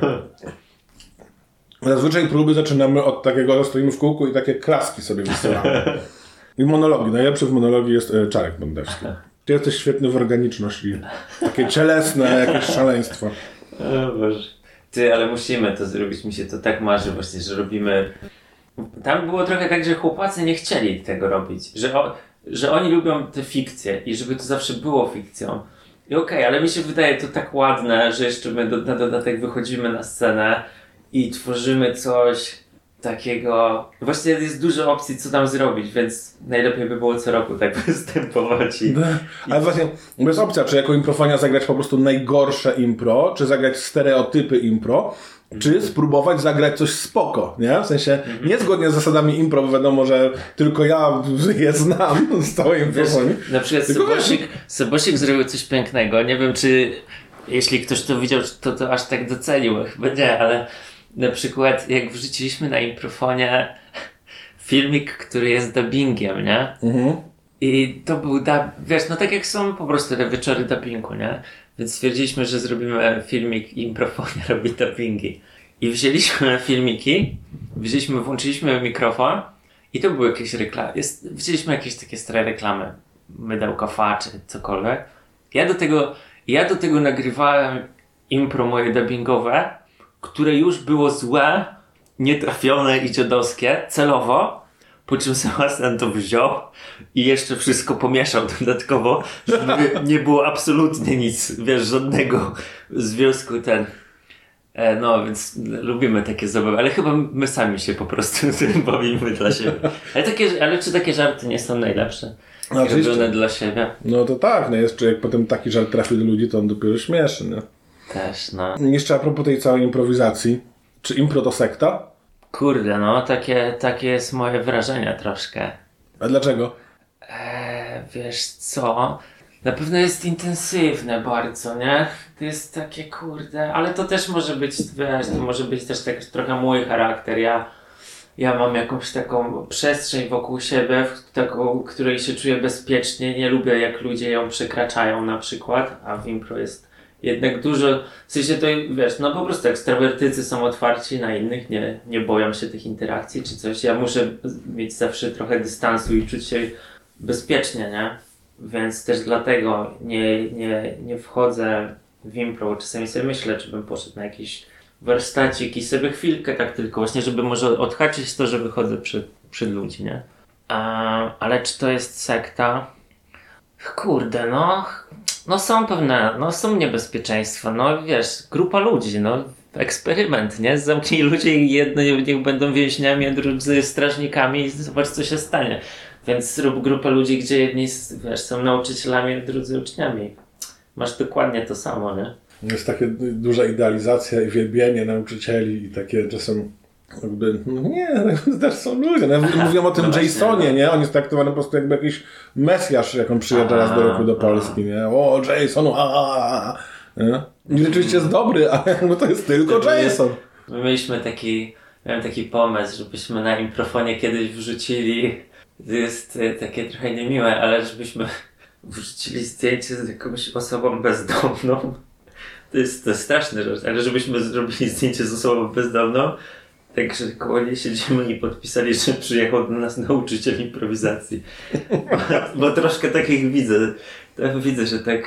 Zazwyczaj próby zaczynamy od takiego, stoimy w kółku i takie klaski sobie wysyłamy. I monologi. Najlepszy w monologii jest Czarek Bondewski. Ty jesteś świetny w organiczność i takie cielesne jakieś szaleństwo. O Boże. Ty, ale musimy to zrobić. Mi się to tak marzy właśnie, że robimy... Tam było trochę tak, że chłopacy nie chcieli tego robić. Że oni lubią te fikcje i żeby to zawsze było fikcją. I okej, ale mi się wydaje to tak ładne, że jeszcze my na dodatek wychodzimy na scenę i tworzymy coś takiego... Właśnie jest dużo opcji, co tam zrobić, więc najlepiej by było co roku tak występować. Ale właśnie, jest opcja, czy jako improfania zagrać po prostu najgorsze impro, czy zagrać stereotypy impro, czy spróbować zagrać coś spoko, nie? W sensie, niezgodnie z zasadami impro, bo wiadomo, że tylko ja je znam z całej improfanii. Na przykład Sebosik zrobił coś pięknego, nie wiem, czy jeśli ktoś to widział, to aż tak docenił, chyba nie, ale na przykład jak wrzuciliśmy na improfonie filmik, który jest dubbingiem, nie? I to był wiesz, no tak jak są po prostu te wieczory dubbingu, nie? Więc stwierdziliśmy, że zrobimy filmik i improfonia robi dubbingi. I wzięliśmy filmiki, włączyliśmy mikrofon i to były jakieś reklamy. Wzięliśmy jakieś takie stare reklamy, mydełko fa czy cokolwiek. Ja do tego nagrywałem impro moje dubbingowe, które już było złe, nietrafione i dziadowskie, celowo, po czym Sebastian to wziął i jeszcze wszystko pomieszał dodatkowo, żeby nie było absolutnie nic, wiesz, żadnego związku no, więc lubimy takie zabawy, ale chyba my sami się po prostu tym bawimy dla siebie. Ale czy takie żarty nie są najlepsze? Robione dla siebie? No to tak, no jeszcze jak potem taki żart trafi do ludzi, to on dopiero śmieszy, nie? Też, no. Jeszcze a propos tej całej improwizacji, czy impro to sekta? Kurde, no, takie jest moje wrażenie troszkę. A dlaczego? Wiesz co? Na pewno jest intensywne bardzo, nie? To jest takie kurde, ale to też może być, wiesz, to może być też tak trochę mój charakter. Ja mam jakąś taką przestrzeń wokół siebie, taką, której się czuję bezpiecznie. Nie lubię, jak ludzie ją przekraczają na przykład, a w impro jest jednak dużo, w sensie to, wiesz, no po prostu ekstrawertycy są otwarci na innych, nie boją się tych interakcji czy coś. Ja muszę mieć zawsze trochę dystansu i czuć się bezpiecznie, nie? Więc też dlatego nie wchodzę w impro. Czasami sobie myślę, czy bym poszedł na jakiś warsztacik i sobie chwilkę tak tylko właśnie, żeby może odhaczyć to, że wychodzę przed ludzi, nie? Ale czy to jest sekta? Kurde, no są pewne, no są niebezpieczeństwa, no wiesz, grupa ludzi, no eksperyment, nie? Zamknij ludzi i jedni niech będą więźniami, a drudzy strażnikami i zobacz, co się stanie. Więc rób grupę ludzi, gdzie jedni, wiesz, są nauczycielami, a drudzy uczniami. Masz dokładnie to samo, nie? jest taka duża idealizacja i wielbienie nauczycieli i takie czasem jakby, no nie, też są ludzie. Mówią o tym Jasonie, nie? On jest traktowany po prostu jakby jakiś mesjasz, jak on przyjeżdża raz do roku do Polski, nie? O, Jason, nie? I rzeczywiście jest dobry, ale to jest tylko Jason. My miałem taki pomysł, żebyśmy na improfonie kiedyś wrzucili, to jest takie trochę niemiłe, ale żebyśmy wrzucili zdjęcie z jakąś osobą bezdomną. To jest straszne rzecz, ale żebyśmy zrobili zdjęcie z osobą bezdomną, także koło niej siedzimy i podpisali, że przyjechał do nas nauczyciel improwizacji. Bo troszkę takich widzę. Widzę, że tak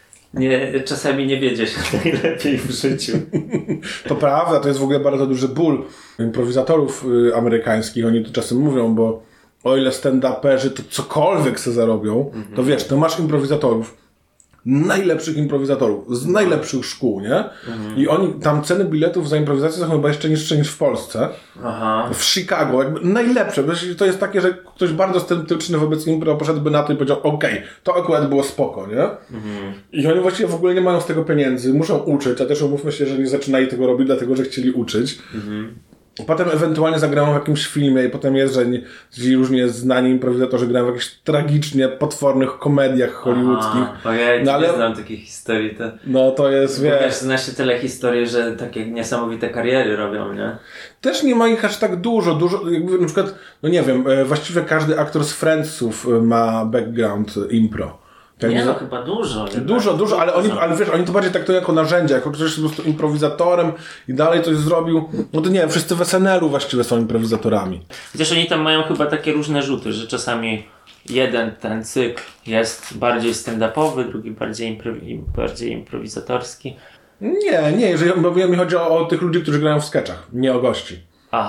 czasami nie wiedzie się najlepiej w życiu. To prawda, to jest w ogóle bardzo duży ból improwizatorów amerykańskich. Oni to czasem mówią, bo o ile stand-uperzy to cokolwiek se zarobią, to wiesz, to masz improwizatorów, najlepszych improwizatorów, z najlepszych szkół, nie? I oni, tam ceny biletów za improwizację są chyba jeszcze niższe niż w Polsce. Aha. W Chicago, jakby najlepsze. To jest takie, że ktoś bardzo sceptyczny wobec impro poszedłby na to i powiedział, okej, to akurat było spoko, nie? I oni właściwie w ogóle nie mają z tego pieniędzy, muszą uczyć, a też umówmy się, że nie zaczynali tego robić, dlatego że chcieli uczyć. Potem ewentualnie zagrałem w jakimś filmie i potem jest, że ci różnie znani improwizatorzy grają w jakichś tragicznie potwornych komediach hollywoodzkich. Ojej, no, ale nie znam takich historii. No to jest, wiesz... Zna się tyle historii, że takie niesamowite kariery robią, nie? Też nie ma ich aż tak dużo, jakby na przykład, no nie wiem, właściwie każdy aktor z Friendsów ma background impro. Nie, no chyba dużo. Dużo, ale wiesz, oni to bardziej traktują jako narzędzie, jako ktoś jest po prostu improwizatorem i dalej coś zrobił. No to nie wiem, wszyscy w SNL-u właściwie są improwizatorami. Chociaż oni tam mają chyba takie różne rzuty, że czasami jeden ten cykl jest bardziej stand-upowy, drugi bardziej improwizatorski. Nie, jeżeli mi chodzi o tych ludzi, którzy grają w sketchach, nie o gości.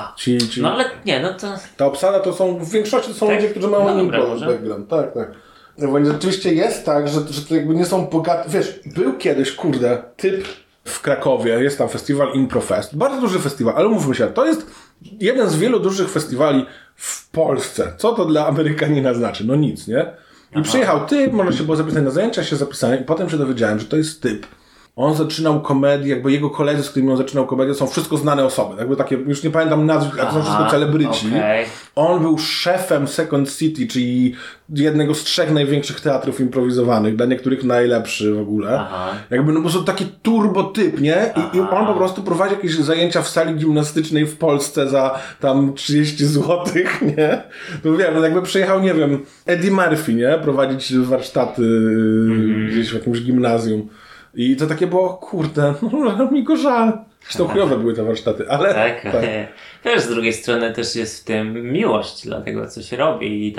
No ale nie, no to... Ta obsada to są, w większości to są ludzie, którzy mają impro background. Tak. Bo rzeczywiście jest tak, że to jakby nie są bogaty. Wiesz, był kiedyś, typ w Krakowie, jest tam festiwal Improfest. Bardzo duży festiwal, ale mówmy się, to jest jeden z wielu dużych festiwali w Polsce. Co to dla Amerykanina znaczy? No nic, nie? I przyjechał typ, można się było zapisać na zajęcia, się zapisałem i potem się dowiedziałem, że to jest typ. On zaczynał komedię, jakby jego koledzy, z którymi on zaczynał komedię, są wszystko znane osoby. Jakby takie, już nie pamiętam nazwisk, ale to są wszystko celebryci. Okay. On był szefem Second City, czyli jednego z 3 największych teatrów improwizowanych, dla niektórych najlepszy w ogóle. Jakby no po prostu taki turbo typ, nie? I on po prostu prowadzi jakieś zajęcia w sali gimnastycznej w Polsce za tam 30 złotych, nie? To wiem, no jakby przyjechał, nie wiem, Eddie Murphy, nie? Prowadzić warsztaty gdzieś w jakimś gimnazjum. I to takie było, kurde, no mi go żal. Zresztą chujowe były te warsztaty, ale... Tak. Też z drugiej strony też jest w tym miłość dla tego, co się robi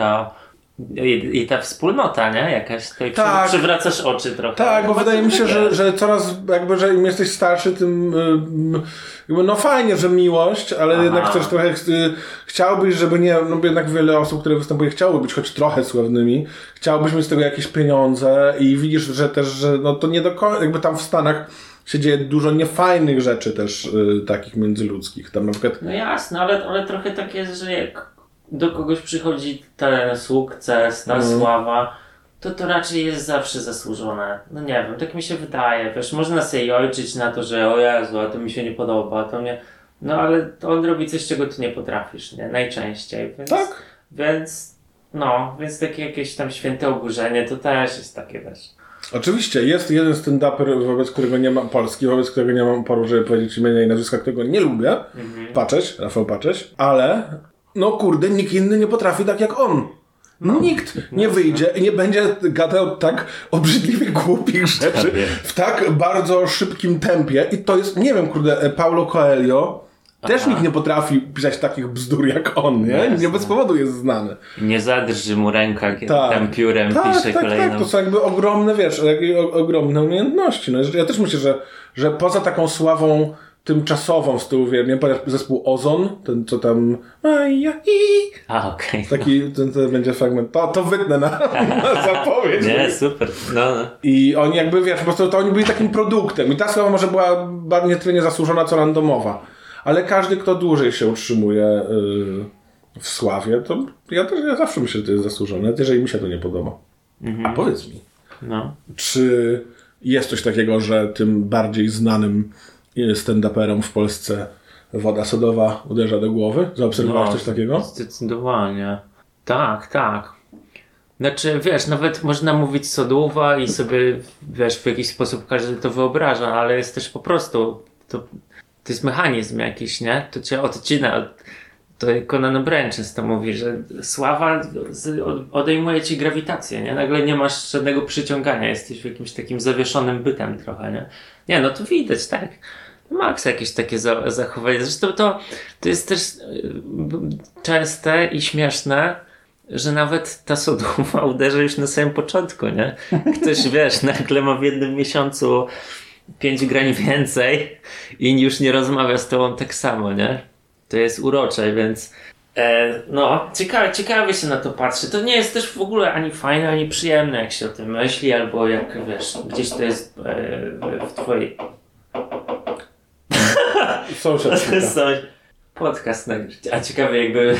i ta wspólnota, nie? Jakaś tutaj przywracasz oczy trochę. Tak, bo wydaje mi się, że coraz jakby, że im jesteś starszy, tym jakby no fajnie, że miłość, ale jednak też trochę chciałbyś, żeby nie, no jednak wiele osób, które występuje, chciałoby być choć trochę sławnymi, chciałbyś mieć z tego jakieś pieniądze i widzisz, że też, że no to nie do końca, jakby tam w Stanach się dzieje dużo niefajnych rzeczy też takich międzyludzkich. Tam na przykład... No jasne, ale trochę tak jest, że jak do kogoś przychodzi ten sukces, ta sława, to raczej jest zawsze zasłużone. No nie wiem, tak mi się wydaje. Wiesz, można sobie ojczyć na to, że o Jezu, a to mi się nie podoba, to mnie... No ale on robi coś, czego ty nie potrafisz, nie? Najczęściej. Więc, tak. Więc takie jakieś tam święte oburzenie, to też jest takie też. Oczywiście, jest jeden stand-uper, wobec którego nie mam Polski, wobec którego nie mam oporu, żeby powiedzieć imienia i nazwiska, którego nie lubię. Rafał Pacześ, ale no kurde, nikt inny nie potrafi tak jak on. Nikt nie wyjdzie i nie będzie gadał tak obrzydliwie głupich rzeczy w tak bardzo szybkim tempie. I to jest, nie wiem, kurde, Paulo Coelho też nikt nie potrafi pisać takich bzdur jak on, nie? Nie bez powodu jest znany. Nie zadrży mu ręka, kiedy tam piórem pisze kolejną. Tak, to są jakby ogromne, wiesz, ogromne umiejętności. No, ja też myślę, że poza taką sławą tymczasową z tyłu, nie pamiętam, zespół Ozon, ten co tam okej. Taki, ten będzie fragment, to wytnę na zapowiedź. Nie, super. No. I oni jakby, wiesz, po prostu to oni byli takim produktem i ta sława może była nie tyle niezasłużona, co randomowa. Ale każdy, kto dłużej się utrzymuje w sławie, to ja zawsze myślę, że to jest zasłużone, jeżeli mi się to nie podoba. A powiedz mi, czy jest coś takiego, że tym bardziej znanym stand-uperom w Polsce woda sodowa uderza do głowy? Zaobserwowałeś coś takiego? Zdecydowanie. Tak. Znaczy, wiesz, nawet można mówić sodówa i sobie, wiesz, w jakiś sposób każdy to wyobraża, ale jest też po prostu, to jest mechanizm jakiś, nie? To cię odcina. To Conan O'Brien często mówi, że sława odejmuje ci grawitację, nie? Nagle nie masz żadnego przyciągania, jesteś jakimś takim zawieszonym bytem trochę, nie? Nie, no to widać, tak. Max jakieś takie zachowanie. Zresztą to jest też częste i śmieszne, że nawet ta sodowa uderza już na samym początku, nie? Ktoś, wiesz, nagle ma w jednym miesiącu 5 grań więcej i już nie rozmawia z tobą tak samo, nie? To jest urocze, więc ciekawie się na to patrzy. To nie jest też w ogóle ani fajne, ani przyjemne, jak się o tym myśli, albo jak, wiesz, gdzieś to jest w twojej... Podcast nagrać. A ciekawe jakby...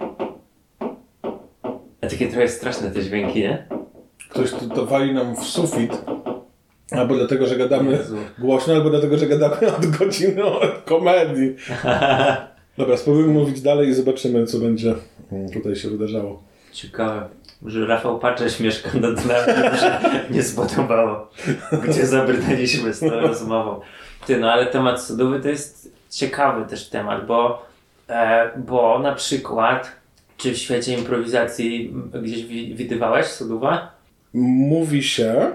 A takie trochę straszne te dźwięki, nie? Ktoś to wali nam w sufit. Albo dlatego, że gadamy głośno, albo dlatego, że gadamy od godziny o komedii. Dobra, spróbujmy mówić dalej i zobaczymy, co będzie tutaj się wydarzało. Ciekawe, że Rafał Paczesz mieszka nad nami, że nie spodobało, gdzie zabrnęliśmy z tą rozmową. Ale temat sodowy to jest ciekawy też temat, bo na przykład, czy w świecie improwizacji gdzieś widywałeś sodowa? Mówi się,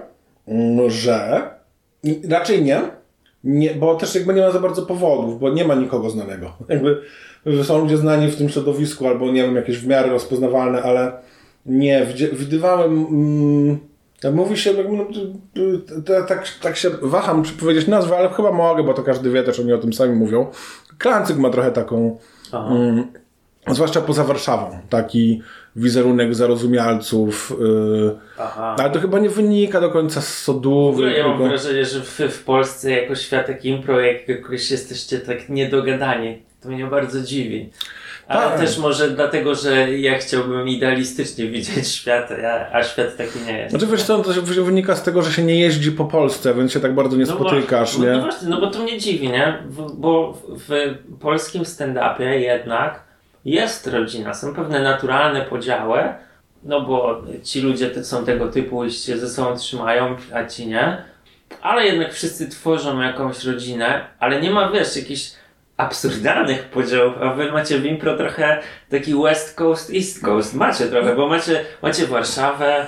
że raczej nie, bo też jakby nie ma za bardzo powodów, bo nie ma nikogo znanego. Jakby są ludzie znani w tym środowisku, albo nie wiem, jakieś w miarę rozpoznawalne, ale nie, widywałem, mówi się, tak się waham, czy powiedzieć nazwę, ale chyba mogę, bo to każdy wie, też oni o tym sami mówią. Klancyk ma trochę taką, zwłaszcza poza Warszawą, taki wizerunek zarozumialców, ale to chyba nie wynika do końca z sodówy. Ja mam wrażenie, że w Polsce jako światek impro, jak jakoś jesteście tak niedogadani. To mnie bardzo dziwi. Ale też może dlatego, że ja chciałbym idealistycznie widzieć świat, a świat taki nie jest. Znaczy wiesz co, to wynika z tego, że się nie jeździ po Polsce, więc się tak bardzo nie spotykasz, nie? No właśnie, bo to mnie dziwi, nie? Bo w polskim stand-upie jednak jest rodzina, są pewne naturalne podziały, no bo ci ludzie są tego typu i się ze sobą trzymają, a ci nie. Ale jednak wszyscy tworzą jakąś rodzinę, ale nie ma, wiesz, jakichś absurdalnych podziałów, a wy macie w impro trochę taki West Coast, East Coast. Macie trochę, bo macie Warszawę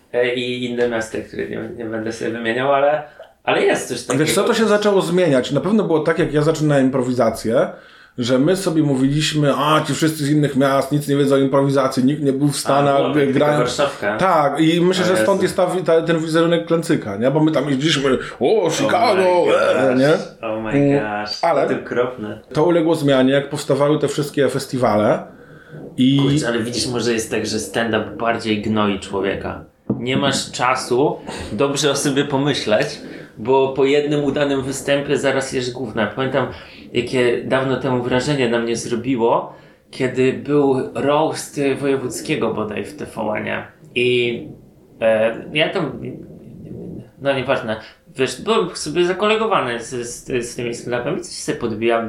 i inne miasta, które nie będę sobie wymieniał, ale jest coś takiego. Wiesz co, to się zaczęło zmieniać. Na pewno było tak, jak ja zaczynałem improwizację, że my sobie mówiliśmy, ci wszyscy z innych miast, nic nie wiedzą o improwizacji, nikt nie był w Stanach, grają. Tak, i myślę, że stąd jest ten wizerunek Klancyka, nie? Bo my tam jeździliśmy, Chicago, nie? Oh my gosh, ale to okropne. To uległo zmianie, jak powstawały te wszystkie festiwale. Kurczę, ale widzisz, może jest tak, że stand-up bardziej gnoi człowieka. Nie masz czasu dobrze o sobie pomyśleć, bo po jednym udanym występie zaraz jesz gówna. Pamiętam, jakie dawno temu wrażenie na mnie zrobiło, kiedy był roast wojewódzkiego bodaj w TVN-ie. I ja tam, no nieważne, wiesz, byłem sobie zakolegowany z tymi stand-upami, coś sobie podbijam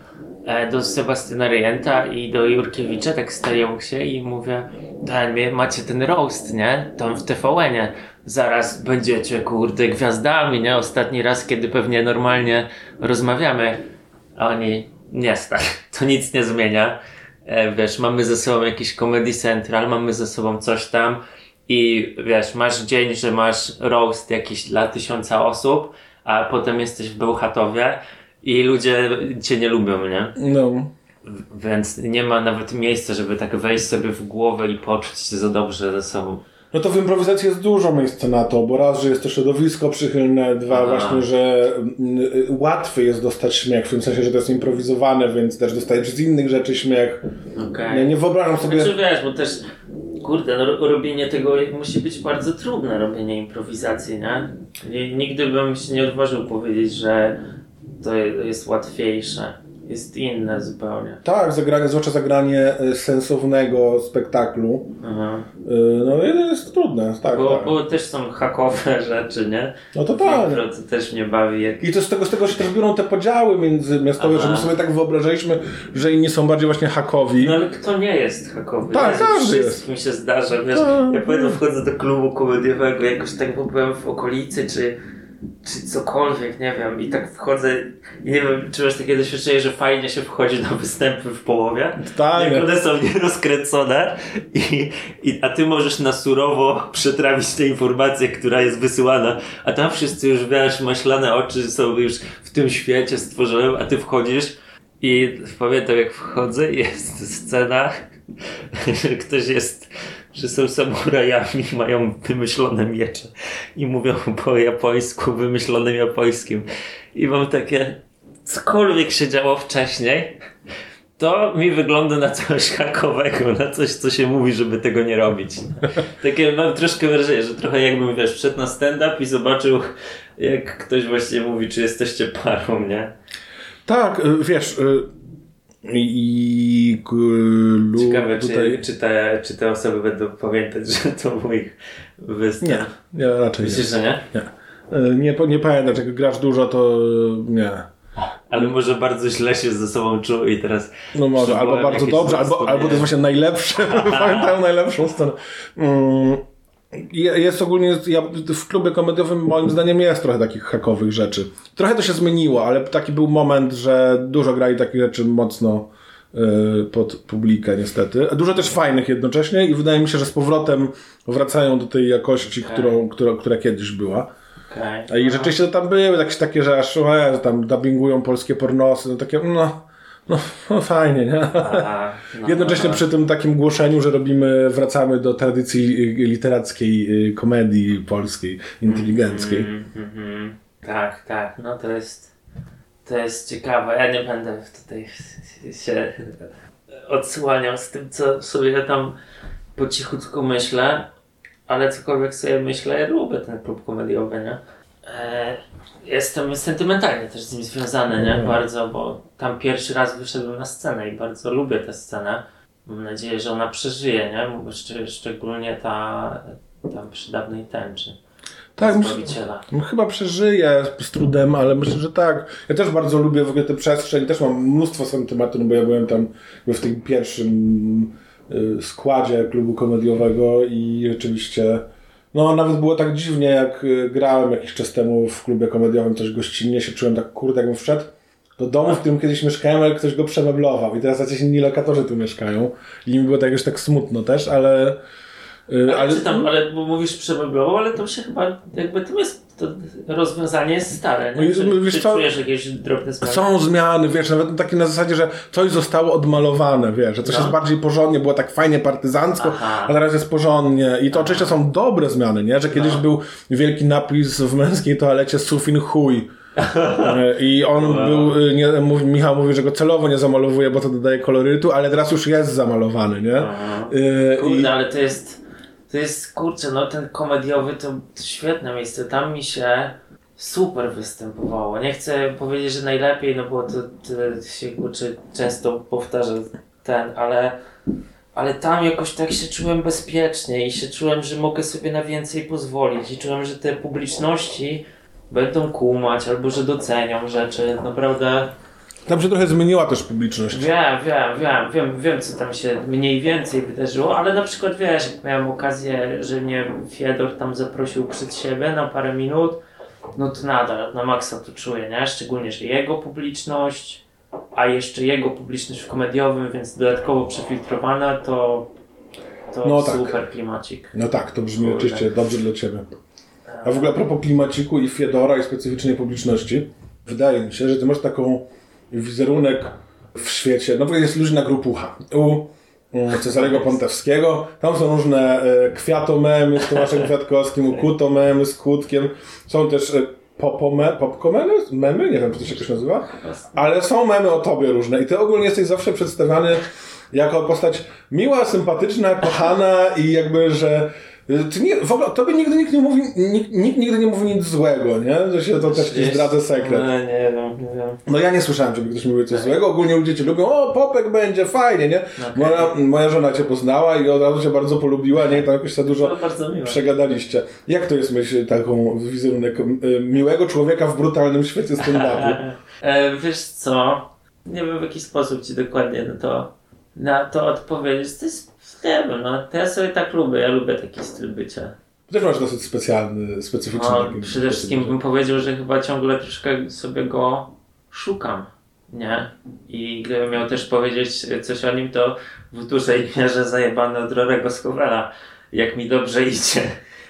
do Sebastiana Rejenta i do Jurkiewicza, tak staję się i mówię, macie ten roast, nie? Tam w TVN-ie. Zaraz będziecie, kurde, gwiazdami, nie? Ostatni raz, kiedy pewnie normalnie rozmawiamy. A oni, nie stary, to nic nie zmienia. Wiesz, mamy ze sobą jakiś Comedy Central, mamy ze sobą coś tam i wiesz, masz dzień, że masz roast jakiś dla 1000 osób, a potem jesteś w Bełchatowie i ludzie cię nie lubią, nie? No. Więc nie ma nawet miejsca, żeby tak wejść sobie w głowę i poczuć się za dobrze ze sobą. No to w improwizacji jest dużo miejsca na to, bo raz, że jest to środowisko przychylne, dwa właśnie, że łatwy jest dostać śmiech, w tym sensie, że to jest improwizowane, więc też dostajesz z innych rzeczy śmiech. Okay. Nie wyobrażam sobie... Znaczy wiesz, bo też, kurde, no robienie tego musi być bardzo trudne, robienie improwizacji, nie? Nigdy bym się nie odważył powiedzieć, że to jest łatwiejsze. jest inne zupełnie. Tak, zwłaszcza zagranie sensownego spektaklu. Aha. No jest trudne. Tak, bo też są hakowe rzeczy, nie? No totalnie. To też mnie bawi. I to z tego się też biorą te podziały międzymiastowe, że my sobie tak wyobrażaliśmy, że inni są bardziej właśnie hakowi. No ale kto nie jest hakowy? Tak, każdy jest. Wszystkim się zdarza, wiesz, ja pamiętam wchodzę do klubu komediowego, jakoś tak byłem w okolicy, czy cokolwiek, nie wiem, i tak wchodzę i nie wiem, czy masz takie doświadczenie, że fajnie się wchodzi na występy w połowie, tak, jak one są nierozkręcone a ty możesz na surowo przetrawić tę informację, która jest wysyłana, a tam wszyscy już, wiesz, maślane oczy są już w tym świecie stworzonym, a ty wchodzisz i pamiętam jak wchodzę i jest scena, że ktoś jest, że są samurajami, mają wymyślone miecze i mówią po japońsku, wymyślonym japońskim. I mam takie, cokolwiek się działo wcześniej, to mi wygląda na coś hakowego, na coś, co się mówi, żeby tego nie robić. Takie mam troszkę wrażenie, że trochę jakbym, wiesz, wszedł na stand-up i zobaczył, jak ktoś właśnie mówi, czy jesteście parą, nie? Tak, wiesz... Ciekawe, czy te osoby będą pamiętać, że to mój występ. Nie, raczej Myślisz, że nie? Nie pamiętam, jak grasz dużo, to nie. Ale może bardzo źle się ze sobą czuł i teraz... No może, albo bardzo dobrze, albo to jest właśnie najlepsze. Pamiętam najlepszą stronę. Jest ogólnie, w klubie komediowym moim zdaniem jest trochę takich hakowych rzeczy. Trochę to się zmieniło, ale taki był moment, że dużo grali takich rzeczy mocno pod publikę niestety. Dużo też fajnych jednocześnie i wydaje mi się, że z powrotem wracają do tej jakości, która kiedyś była. I rzeczywiście tam były jakieś takie, że aż tam dubbingują polskie pornosy, no takie no fajnie, nie? Jednocześnie przy tym takim głoszeniu, że wracamy do tradycji literackiej komedii polskiej, inteligenckiej. Tak, no to jest ciekawe. Ja nie będę tutaj się odsłaniał z tym, co sobie tam po cichutku myślę, ale cokolwiek sobie myślę, ja lubię ten klub komediowy, nie? Jestem sentymentalnie też z nim związany, nie? Bardzo, bo tam pierwszy raz wyszedłem na scenę i bardzo lubię tę scenę. Mam nadzieję, że ona przeżyje, nie? Szczególnie tam przy dawnej tęczy. Tak, chyba przeżyję z trudem, ale myślę, że tak. Ja też bardzo lubię w ogóle tę przestrzeń, też mam mnóstwo sentymentu, bo ja byłem tam w tym pierwszym składzie klubu komediowego i rzeczywiście nawet było tak dziwnie, jak grałem jakiś czas temu w klubie komediowym, coś gościnnie, się czułem tak, kurde, jakbym wszedł do domu, w którym kiedyś mieszkałem, ale ktoś go przemeblował i teraz jacyś inni lokatorzy tu mieszkają i mi było tak już tak smutno też, ale bo mówisz przemeblował, ale to się chyba jakby to rozwiązanie jest stare, nie? Czy czujesz jakieś drobne zmiany? Są zmiany, wiesz, nawet takie na zasadzie, że coś zostało odmalowane, wiesz, że coś jest bardziej porządnie, było tak fajnie partyzancko, a teraz jest porządnie i to oczywiście są dobre zmiany, nie? Że kiedyś był wielki napis w męskiej toalecie Sufin chuj. I on Michał mówi, że go celowo nie zamalowuje, bo to dodaje kolorytu, ale teraz już jest zamalowany, nie? Kurde, ale to jest, kurczę, ten komediowy to świetne miejsce, tam mi się super występowało. Nie chcę powiedzieć, że najlepiej, bo to się kurczę często powtarza ale tam jakoś tak się czułem bezpiecznie i się czułem, że mogę sobie na więcej pozwolić i czułem, że te publiczności będą kumać albo że docenią rzeczy, naprawdę. Tam się trochę zmieniła też publiczność. Wiem, co tam się mniej więcej wydarzyło, ale na przykład wiesz, jak miałem okazję, że mnie Fiedor tam zaprosił przed siebie na parę minut, no to nadal na maksa to czuję, nie? Szczególnie, że jego publiczność, a jeszcze jego publiczność w komediowym, więc dodatkowo przefiltrowana, to super klimacik. No tak, to brzmi oczywiście dobrze dla ciebie. A w ogóle a propos klimaciku i Fiedora i specyficznej publiczności, wydaje mi się, że ty masz taką wizerunek w świecie, jest luźna grupucha. U Cezarego Pontewskiego, tam są różne kwiatomemy z Tomaszem Kwiatkowskim, kutomemy z Kutkiem, są też popkomemy? Memy? Nie wiem, czy to się jakoś nazywa, ale są memy o tobie różne i ty ogólnie jesteś zawsze przedstawiany jako postać miła, sympatyczna, kochana i jakby, że Ty nie, w ogóle tobie nigdy nikt nigdy nie mówi nic złego, nie? Że się to też ci zdradzę sekret. No, nie wiem. No ja nie słyszałem, żeby ktoś mówił coś złego. Ogólnie ludzie cię lubią, o, Popek będzie, fajnie, nie? Okay. Moja żona cię poznała i od razu cię bardzo polubiła, nie? I tam jakoś za dużo przegadaliście. Jak to jest myśl taką wizerunek miłego człowieka w brutalnym świecie stand-upu? Wiesz co? Nie wiem w jaki sposób ci dokładnie na to odpowiedzieć. To jest, nie wiem, no to ja sobie tak lubię. Ja lubię taki styl bycia. Też masz dosyć specjalny, specyficzny. No, przede wszystkim bym powiedział, że chyba ciągle troszkę sobie go szukam, nie? I gdybym miał też powiedzieć coś o nim, to w dużej mierze zajebany od Rorego Scovella. Jak mi dobrze idzie,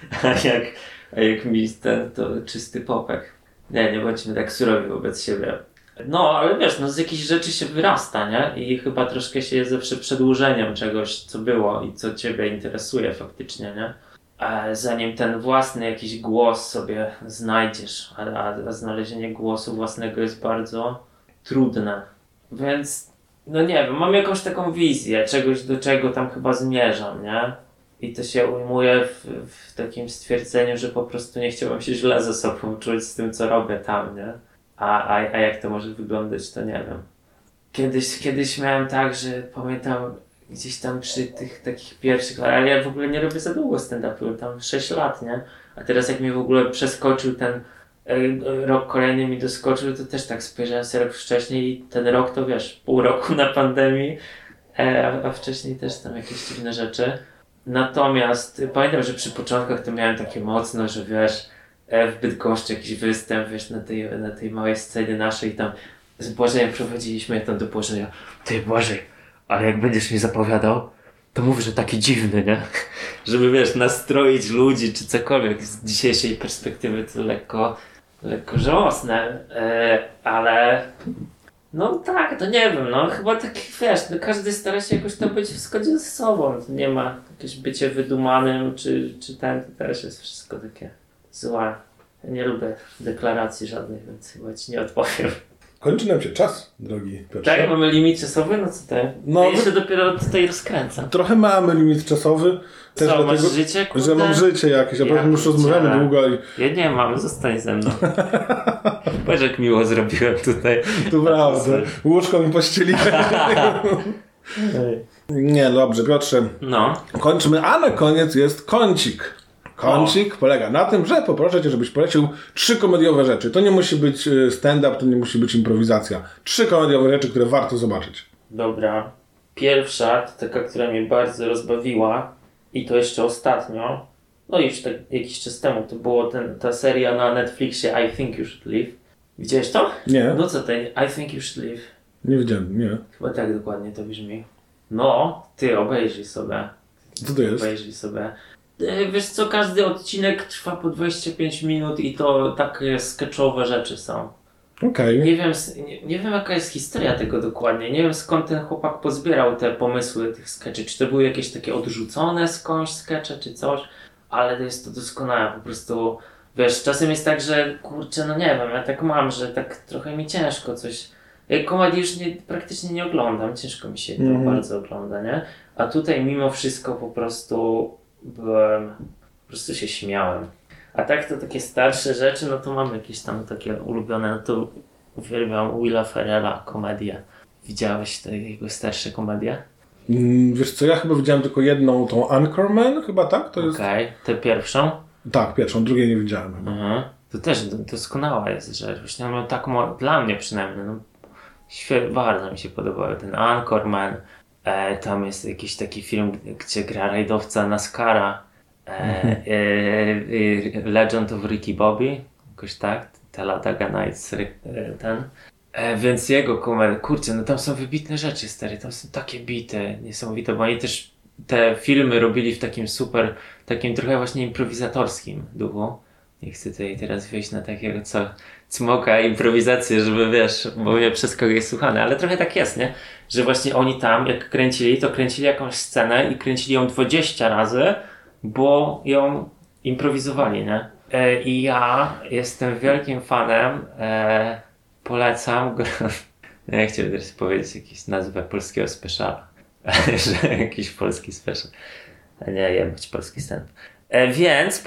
a jak mi to czysty Popek. Nie bądźmy tak surowi wobec siebie. No, ale wiesz, no z jakichś rzeczy się wyrasta, nie? I chyba troszkę się jest zawsze przedłużeniem czegoś, co było i co ciebie interesuje faktycznie, nie? A zanim ten własny jakiś głos sobie znajdziesz, a znalezienie głosu własnego jest bardzo trudne. Więc, no nie wiem, mam jakąś taką wizję czegoś, do czego tam chyba zmierzam, nie? I to się ujmuje w takim stwierdzeniu, że po prostu nie chciałbym się źle ze sobą czuć z tym, co robię tam, nie? A jak to może wyglądać, to nie wiem. Kiedyś miałem tak, że pamiętam gdzieś tam przy tych takich pierwszych, ale ja w ogóle nie robię za długo stand-upu, tam 6 lat, nie? A teraz jak mi w ogóle przeskoczył ten rok kolejny mi doskoczył, to też tak spojrzałem sobie rok wcześniej i ten rok to wiesz, pół roku na pandemii, a wcześniej też tam jakieś dziwne rzeczy. Natomiast pamiętam, że przy początkach to miałem takie mocno, że wiesz, w Bydgoszczy jakiś występ, wiesz, na tej małej scenie naszej, tam z Błażejem prowadziliśmy, ja tam do Błażeja, ty Błażej, ale jak będziesz mi zapowiadał, to mów, że taki dziwny, nie? Żeby, wiesz, nastroić ludzi, czy cokolwiek. Z dzisiejszej perspektywy to lekko żałosne, ale no tak, to nie wiem, no chyba tak, wiesz, no każdy stara się jakoś to być w zgodzie ze sobą. To nie ma jakieś bycie wydumanym, czy ten, to też jest wszystko takie złe. Ja nie lubię deklaracji żadnych, więc chyba ci nie odpowiem. Kończy nam się czas, drogi Piotrze. Tak? Mamy limit czasowy? No co ty? No ja się dopiero tutaj rozkręcam. Trochę mamy limit czasowy. Też co, dlatego, masz życie? Kurde? Że mam życie jakieś, a potem już rozmawiamy długo i... Ja nie mam, zostań ze mną. Patrz jak miło zrobiłem tutaj. To prawda. Łóżko mi pościeliłem. Nie, dobrze, Piotrze. No. Kończymy, a na koniec jest kącik. Kącik polega na tym, że poproszę cię, żebyś polecił 3 komediowe rzeczy. To nie musi być stand-up, to nie musi być improwizacja. 3 komediowe rzeczy, które warto zobaczyć. Dobra. Pierwsza, to taka, która mnie bardzo rozbawiła i to jeszcze ostatnio, no już tak jakiś czas temu, to było ta seria na Netflixie I Think You Should Leave. Widziałeś to? Nie. No co ty? I Think You Should Leave. Nie widziałem, nie. Chyba tak dokładnie to brzmi. No, ty obejrzyj sobie. Co to jest? Obejrzyj sobie. Wiesz co, każdy odcinek trwa po 25 minut i to takie sketchowe rzeczy są. Okej. Nie wiem jaka jest historia tego dokładnie. Nie wiem skąd ten chłopak pozbierał te pomysły tych skeczy. Czy to były jakieś takie odrzucone skądś skecze czy coś. Ale to jest to doskonałe. Po prostu wiesz, czasem jest tak, że kurczę, no nie wiem, ja tak mam, że tak trochę mi ciężko coś. Komedii już praktycznie nie oglądam. Ciężko mi się to bardzo ogląda, nie? A tutaj mimo wszystko po prostu się śmiałem. A tak to takie starsze rzeczy, no to mam jakieś tam takie ulubione, no to uwielbiam Willa Ferrella, komedię. Widziałeś te jego starsze komedie? Wiesz co, ja chyba widziałem tylko jedną, tą Anchorman, chyba tak? To jest... Okej, tę pierwszą? Tak, pierwszą, drugiej nie widziałem. To też doskonała jest rzecz. Właśnie on miał tak, dla mnie przynajmniej, no, bardzo mi się podobały ten Anchorman. Tam jest jakiś taki film, gdzie gra rajdowca NASCARa. Legend of Ricky Bobby, jakoś tak, Talladega Nights, ten. Więc jego komedie, kurczę, no tam są wybitne rzeczy, stary, tam są takie bite, niesamowite, bo oni też te filmy robili w takim takim trochę właśnie improwizatorskim duchu. Nie chcę tutaj teraz wejść na takiego cmoka improwizację, żeby wiesz, bo mnie przez kogoś słuchane, ale trochę tak jest, nie? Że właśnie oni tam, jak kręcili, to kręcili jakąś scenę i kręcili ją 20 razy, bo ją improwizowali, nie? I ja jestem wielkim fanem, polecam go. Ja chciałem teraz powiedzieć jakąś nazwę polskiego speciala, że jakiś polski special. Nie, być polski stand. Więc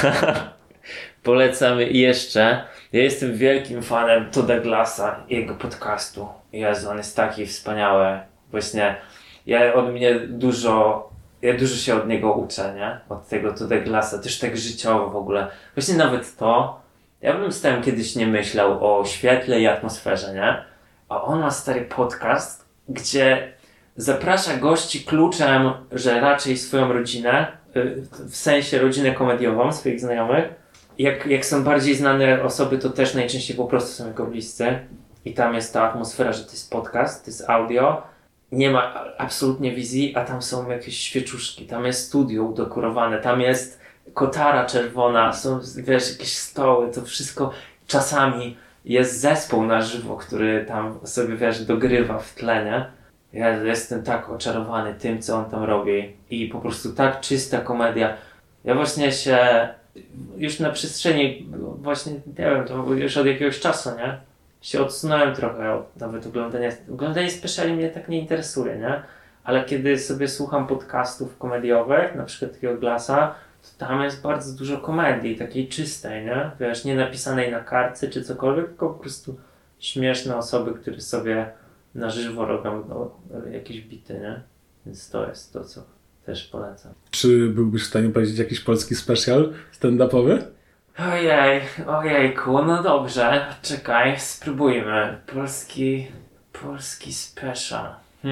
polecam jeszcze. Ja jestem wielkim fanem Todda Glassa i jego podcastu. Jezu, on jest taki wspaniały. Właśnie ja dużo się od niego uczę, nie? Od tego Todda Glassa, też tak życiowo w ogóle. Właśnie nawet to, ja bym z tym kiedyś nie myślał o świetle i atmosferze, nie? A on ma stary podcast, gdzie zaprasza gości kluczem, że raczej swoją rodzinę, w sensie rodzinę komediową, swoich znajomych. Jak są bardziej znane osoby, to też najczęściej po prostu są jego bliscy. I tam jest ta atmosfera, że to jest podcast, to jest audio. Nie ma absolutnie wizji, a tam są jakieś świeczuszki, tam jest studio udekorowane, tam jest kotara czerwona, są, wiesz, jakieś stoły, to wszystko. Czasami jest zespół na żywo, który tam sobie, wiesz, dogrywa w tle, nie? Ja jestem tak oczarowany tym, co on tam robi i po prostu tak czysta komedia. Ja właśnie się już na przestrzeni, właśnie, nie wiem, to już od jakiegoś czasu, nie? Się odsunąłem trochę od nawet oglądanie speciali mnie tak nie interesuje, nie? Ale kiedy sobie słucham podcastów komediowych, na przykład takiego Glassa, to tam jest bardzo dużo komedii, takiej czystej, nie? Wiesz, nie napisanej na kartce czy cokolwiek, tylko po prostu śmieszne osoby, które sobie na żywo robią jakieś bity, nie? Więc to jest to, co też polecam. Czy byłbyś w stanie powiedzieć jakiś polski special stand-upowy? Ojejku, no dobrze, czekaj, spróbujmy. Polski special.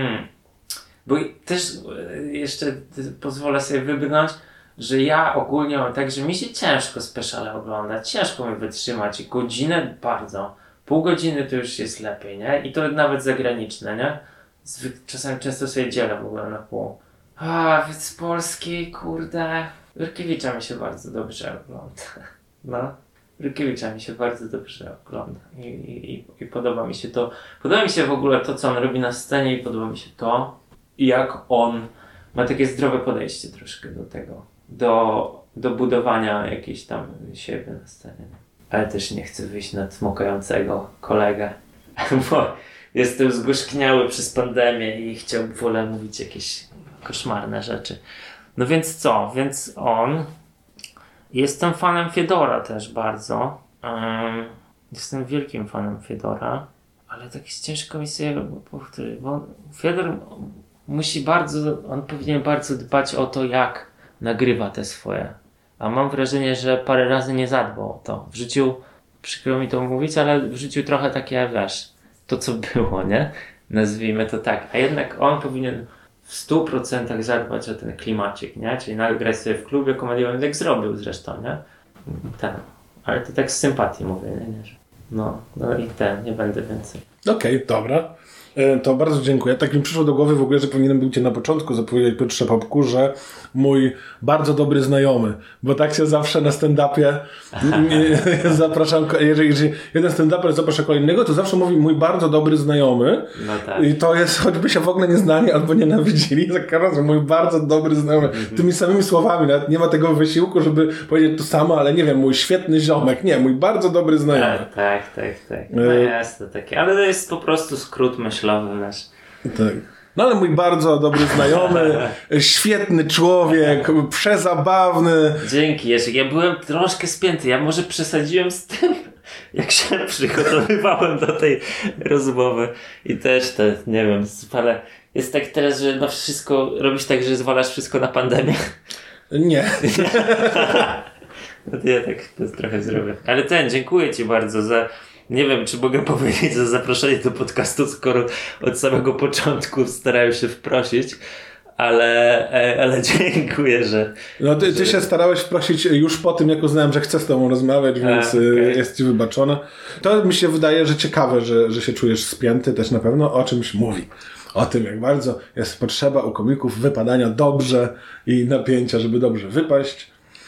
Bo też jeszcze pozwolę sobie wybrnąć, że ja ogólnie mam tak, że mi się ciężko speciale oglądać, ciężko mi wytrzymać. Godzinę bardzo, pół godziny to już jest lepiej, nie? I to nawet zagraniczne, nie? Czasami często sobie dzielę w ogóle na pół. Więc polski, kurde... Rurkiewicza mi się bardzo dobrze ogląda. No, Rurkiewicza mi się bardzo dobrze ogląda i podoba mi się to. Podoba mi się w ogóle to, co on robi na scenie i podoba mi się to, jak on ma takie zdrowe podejście troszkę do tego, do budowania jakiejś tam siebie na scenie. Ale też nie chcę wyjść na cmokającego kolegę, bo jestem zgorzkniały przez pandemię i wolę mówić jakieś koszmarne rzeczy. No więc co? Więc on... Jestem fanem Fiedora też bardzo. Jestem wielkim fanem Fiedora, ale tak ciężko mi sobie powtórzyć, bo Fiedor on powinien bardzo dbać o to, jak nagrywa te swoje. A mam wrażenie, że parę razy nie zadbał o to. W życiu, przykro mi to mówić, ale w życiu trochę takie, wiesz, to co było, nie? Nazwijmy to tak. A jednak on powinien w 100% zadbać o ten klimacik, nie? Czyli nagrać sobie w klubie komediowym, tak zrobił zresztą, nie? Ale to tak z sympatii mówię, nie? No i nie będę więcej. Okej, dobra. To bardzo dziękuję. Tak mi przyszło do głowy w ogóle, że powinienem był cię na początku zapowiedzieć, Piotrze Popku, że mój bardzo dobry znajomy, bo tak się zawsze na stand-upie zapraszam, jeżeli jeden stand-uper zaprasza kolejnego, to zawsze mówi mój bardzo dobry znajomy. No tak. I to jest, choćby się w ogóle nie znali albo nienawidzili, za każdym razem mój bardzo dobry znajomy. Tymi samymi słowami, nawet nie ma tego wysiłku, żeby powiedzieć to samo, ale nie wiem, mój świetny ziomek. Nie, mój bardzo dobry znajomy. Tak. No jasne, takie. Ale to jest po prostu skrót myślowy nasz. Tak. No ale mój bardzo dobry znajomy, świetny człowiek, przezabawny. Dzięki, Jerzy. Ja byłem troszkę spięty. Ja może przesadziłem z tym, jak się przygotowywałem do tej rozmowy. I też nie wiem, ale jest tak teraz, że wszystko robisz tak, że zwalasz wszystko na pandemię. Nie. No to ja tak to trochę zrobię. Ale dziękuję Ci bardzo za... Nie wiem, czy mogę powiedzieć za zaproszenie do podcastu, skoro od samego początku starałem się wprosić, ale dziękuję, że... No ty się starałeś wprosić już po tym, jak uznałem, że chcę z tobą rozmawiać, więc jest ci wybaczone. To mi się wydaje, że ciekawe, że się czujesz spięty też na pewno o czymś mówi. O tym, jak bardzo jest potrzeba u komików wypadania dobrze i napięcia, żeby dobrze wypaść.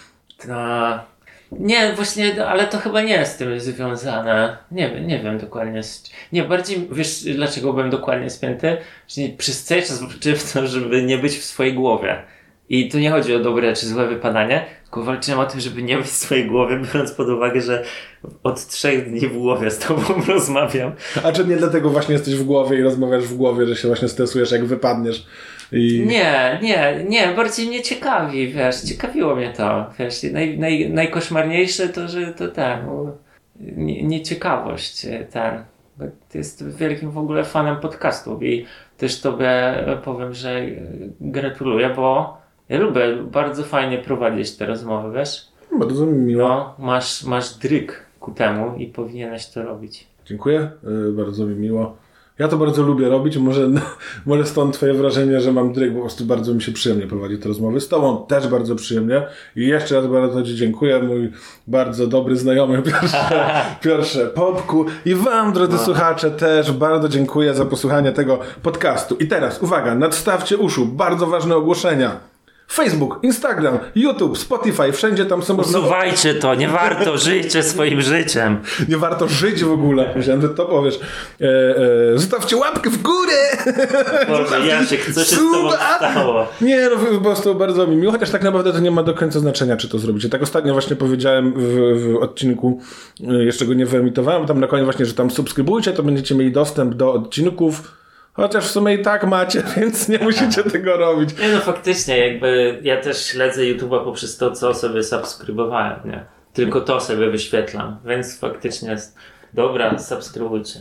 Nie, właśnie, ale to chyba nie jest z tym związane. Nie wiem dokładnie. Nie, bardziej, wiesz dlaczego byłem dokładnie spięty? Że przez cały czas walczyłem w to, żeby nie być w swojej głowie. I tu nie chodzi o dobre czy złe wypadanie, tylko walczyłem o tym, żeby nie mieć swojej głowy, biorąc pod uwagę, że od 3 dni w głowie z tobą rozmawiam. A czy nie dlatego właśnie jesteś w głowie i rozmawiasz w głowie, że się właśnie stresujesz, jak wypadniesz? Nie, bardziej mnie ciekawi, wiesz, ciekawiło mnie to, wiesz, najkoszmarniejsze to, że to nieciekawość, jest wielkim w ogóle fanem podcastów i też tobie powiem, że gratuluję, bo ja lubię bardzo fajnie prowadzić te rozmowy, wiesz? Bardzo mi miło. No, masz dryg ku temu i powinieneś to robić. Dziękuję, bardzo mi miło. Ja to bardzo lubię robić, może stąd twoje wrażenie, że mam dryg, bo po prostu bardzo mi się przyjemnie prowadzi te rozmowy. Z tobą też bardzo przyjemnie i jeszcze raz bardzo ci dziękuję, mój bardzo dobry znajomy Piotrze Popku, i wam, drodzy słuchacze, też bardzo dziękuję za posłuchanie tego podcastu. I teraz, uwaga, nadstawcie uszu, bardzo ważne ogłoszenia. Facebook, Instagram, YouTube, Spotify, wszędzie tam są... Usuwajcie to, nie warto, żyjcie swoim życiem. Nie warto żyć w ogóle. Myślałem, że to powiesz. Zostawcie łapkę w górę! Boże, Jasiek, co się z tobą stało? Nie, no po prostu bardzo mi miło, chociaż tak naprawdę to nie ma do końca znaczenia, czy to zrobicie. Tak ostatnio właśnie powiedziałem w odcinku, jeszcze go nie wyemitowałem, tam na koniec właśnie, że tam subskrybujcie, to będziecie mieli dostęp do odcinków. Chociaż w sumie i tak macie, więc nie musicie tego robić. Nie no, faktycznie, jakby ja też śledzę YouTube'a poprzez to, co sobie subskrybowałem, nie? Tylko to sobie wyświetlam, więc faktycznie jest... Dobra, subskrybujcie.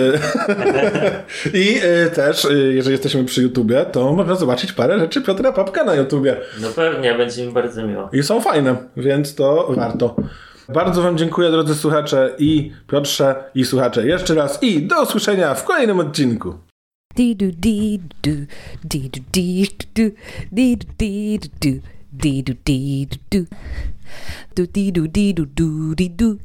I też, jeżeli jesteśmy przy YouTubie, to można zobaczyć parę rzeczy Piotra Popka na YouTubie. No pewnie, będzie mi bardzo miło. I są fajne, więc to warto. Bardzo wam dziękuję, drodzy słuchacze i Piotrze i słuchacze jeszcze raz i do usłyszenia w kolejnym odcinku.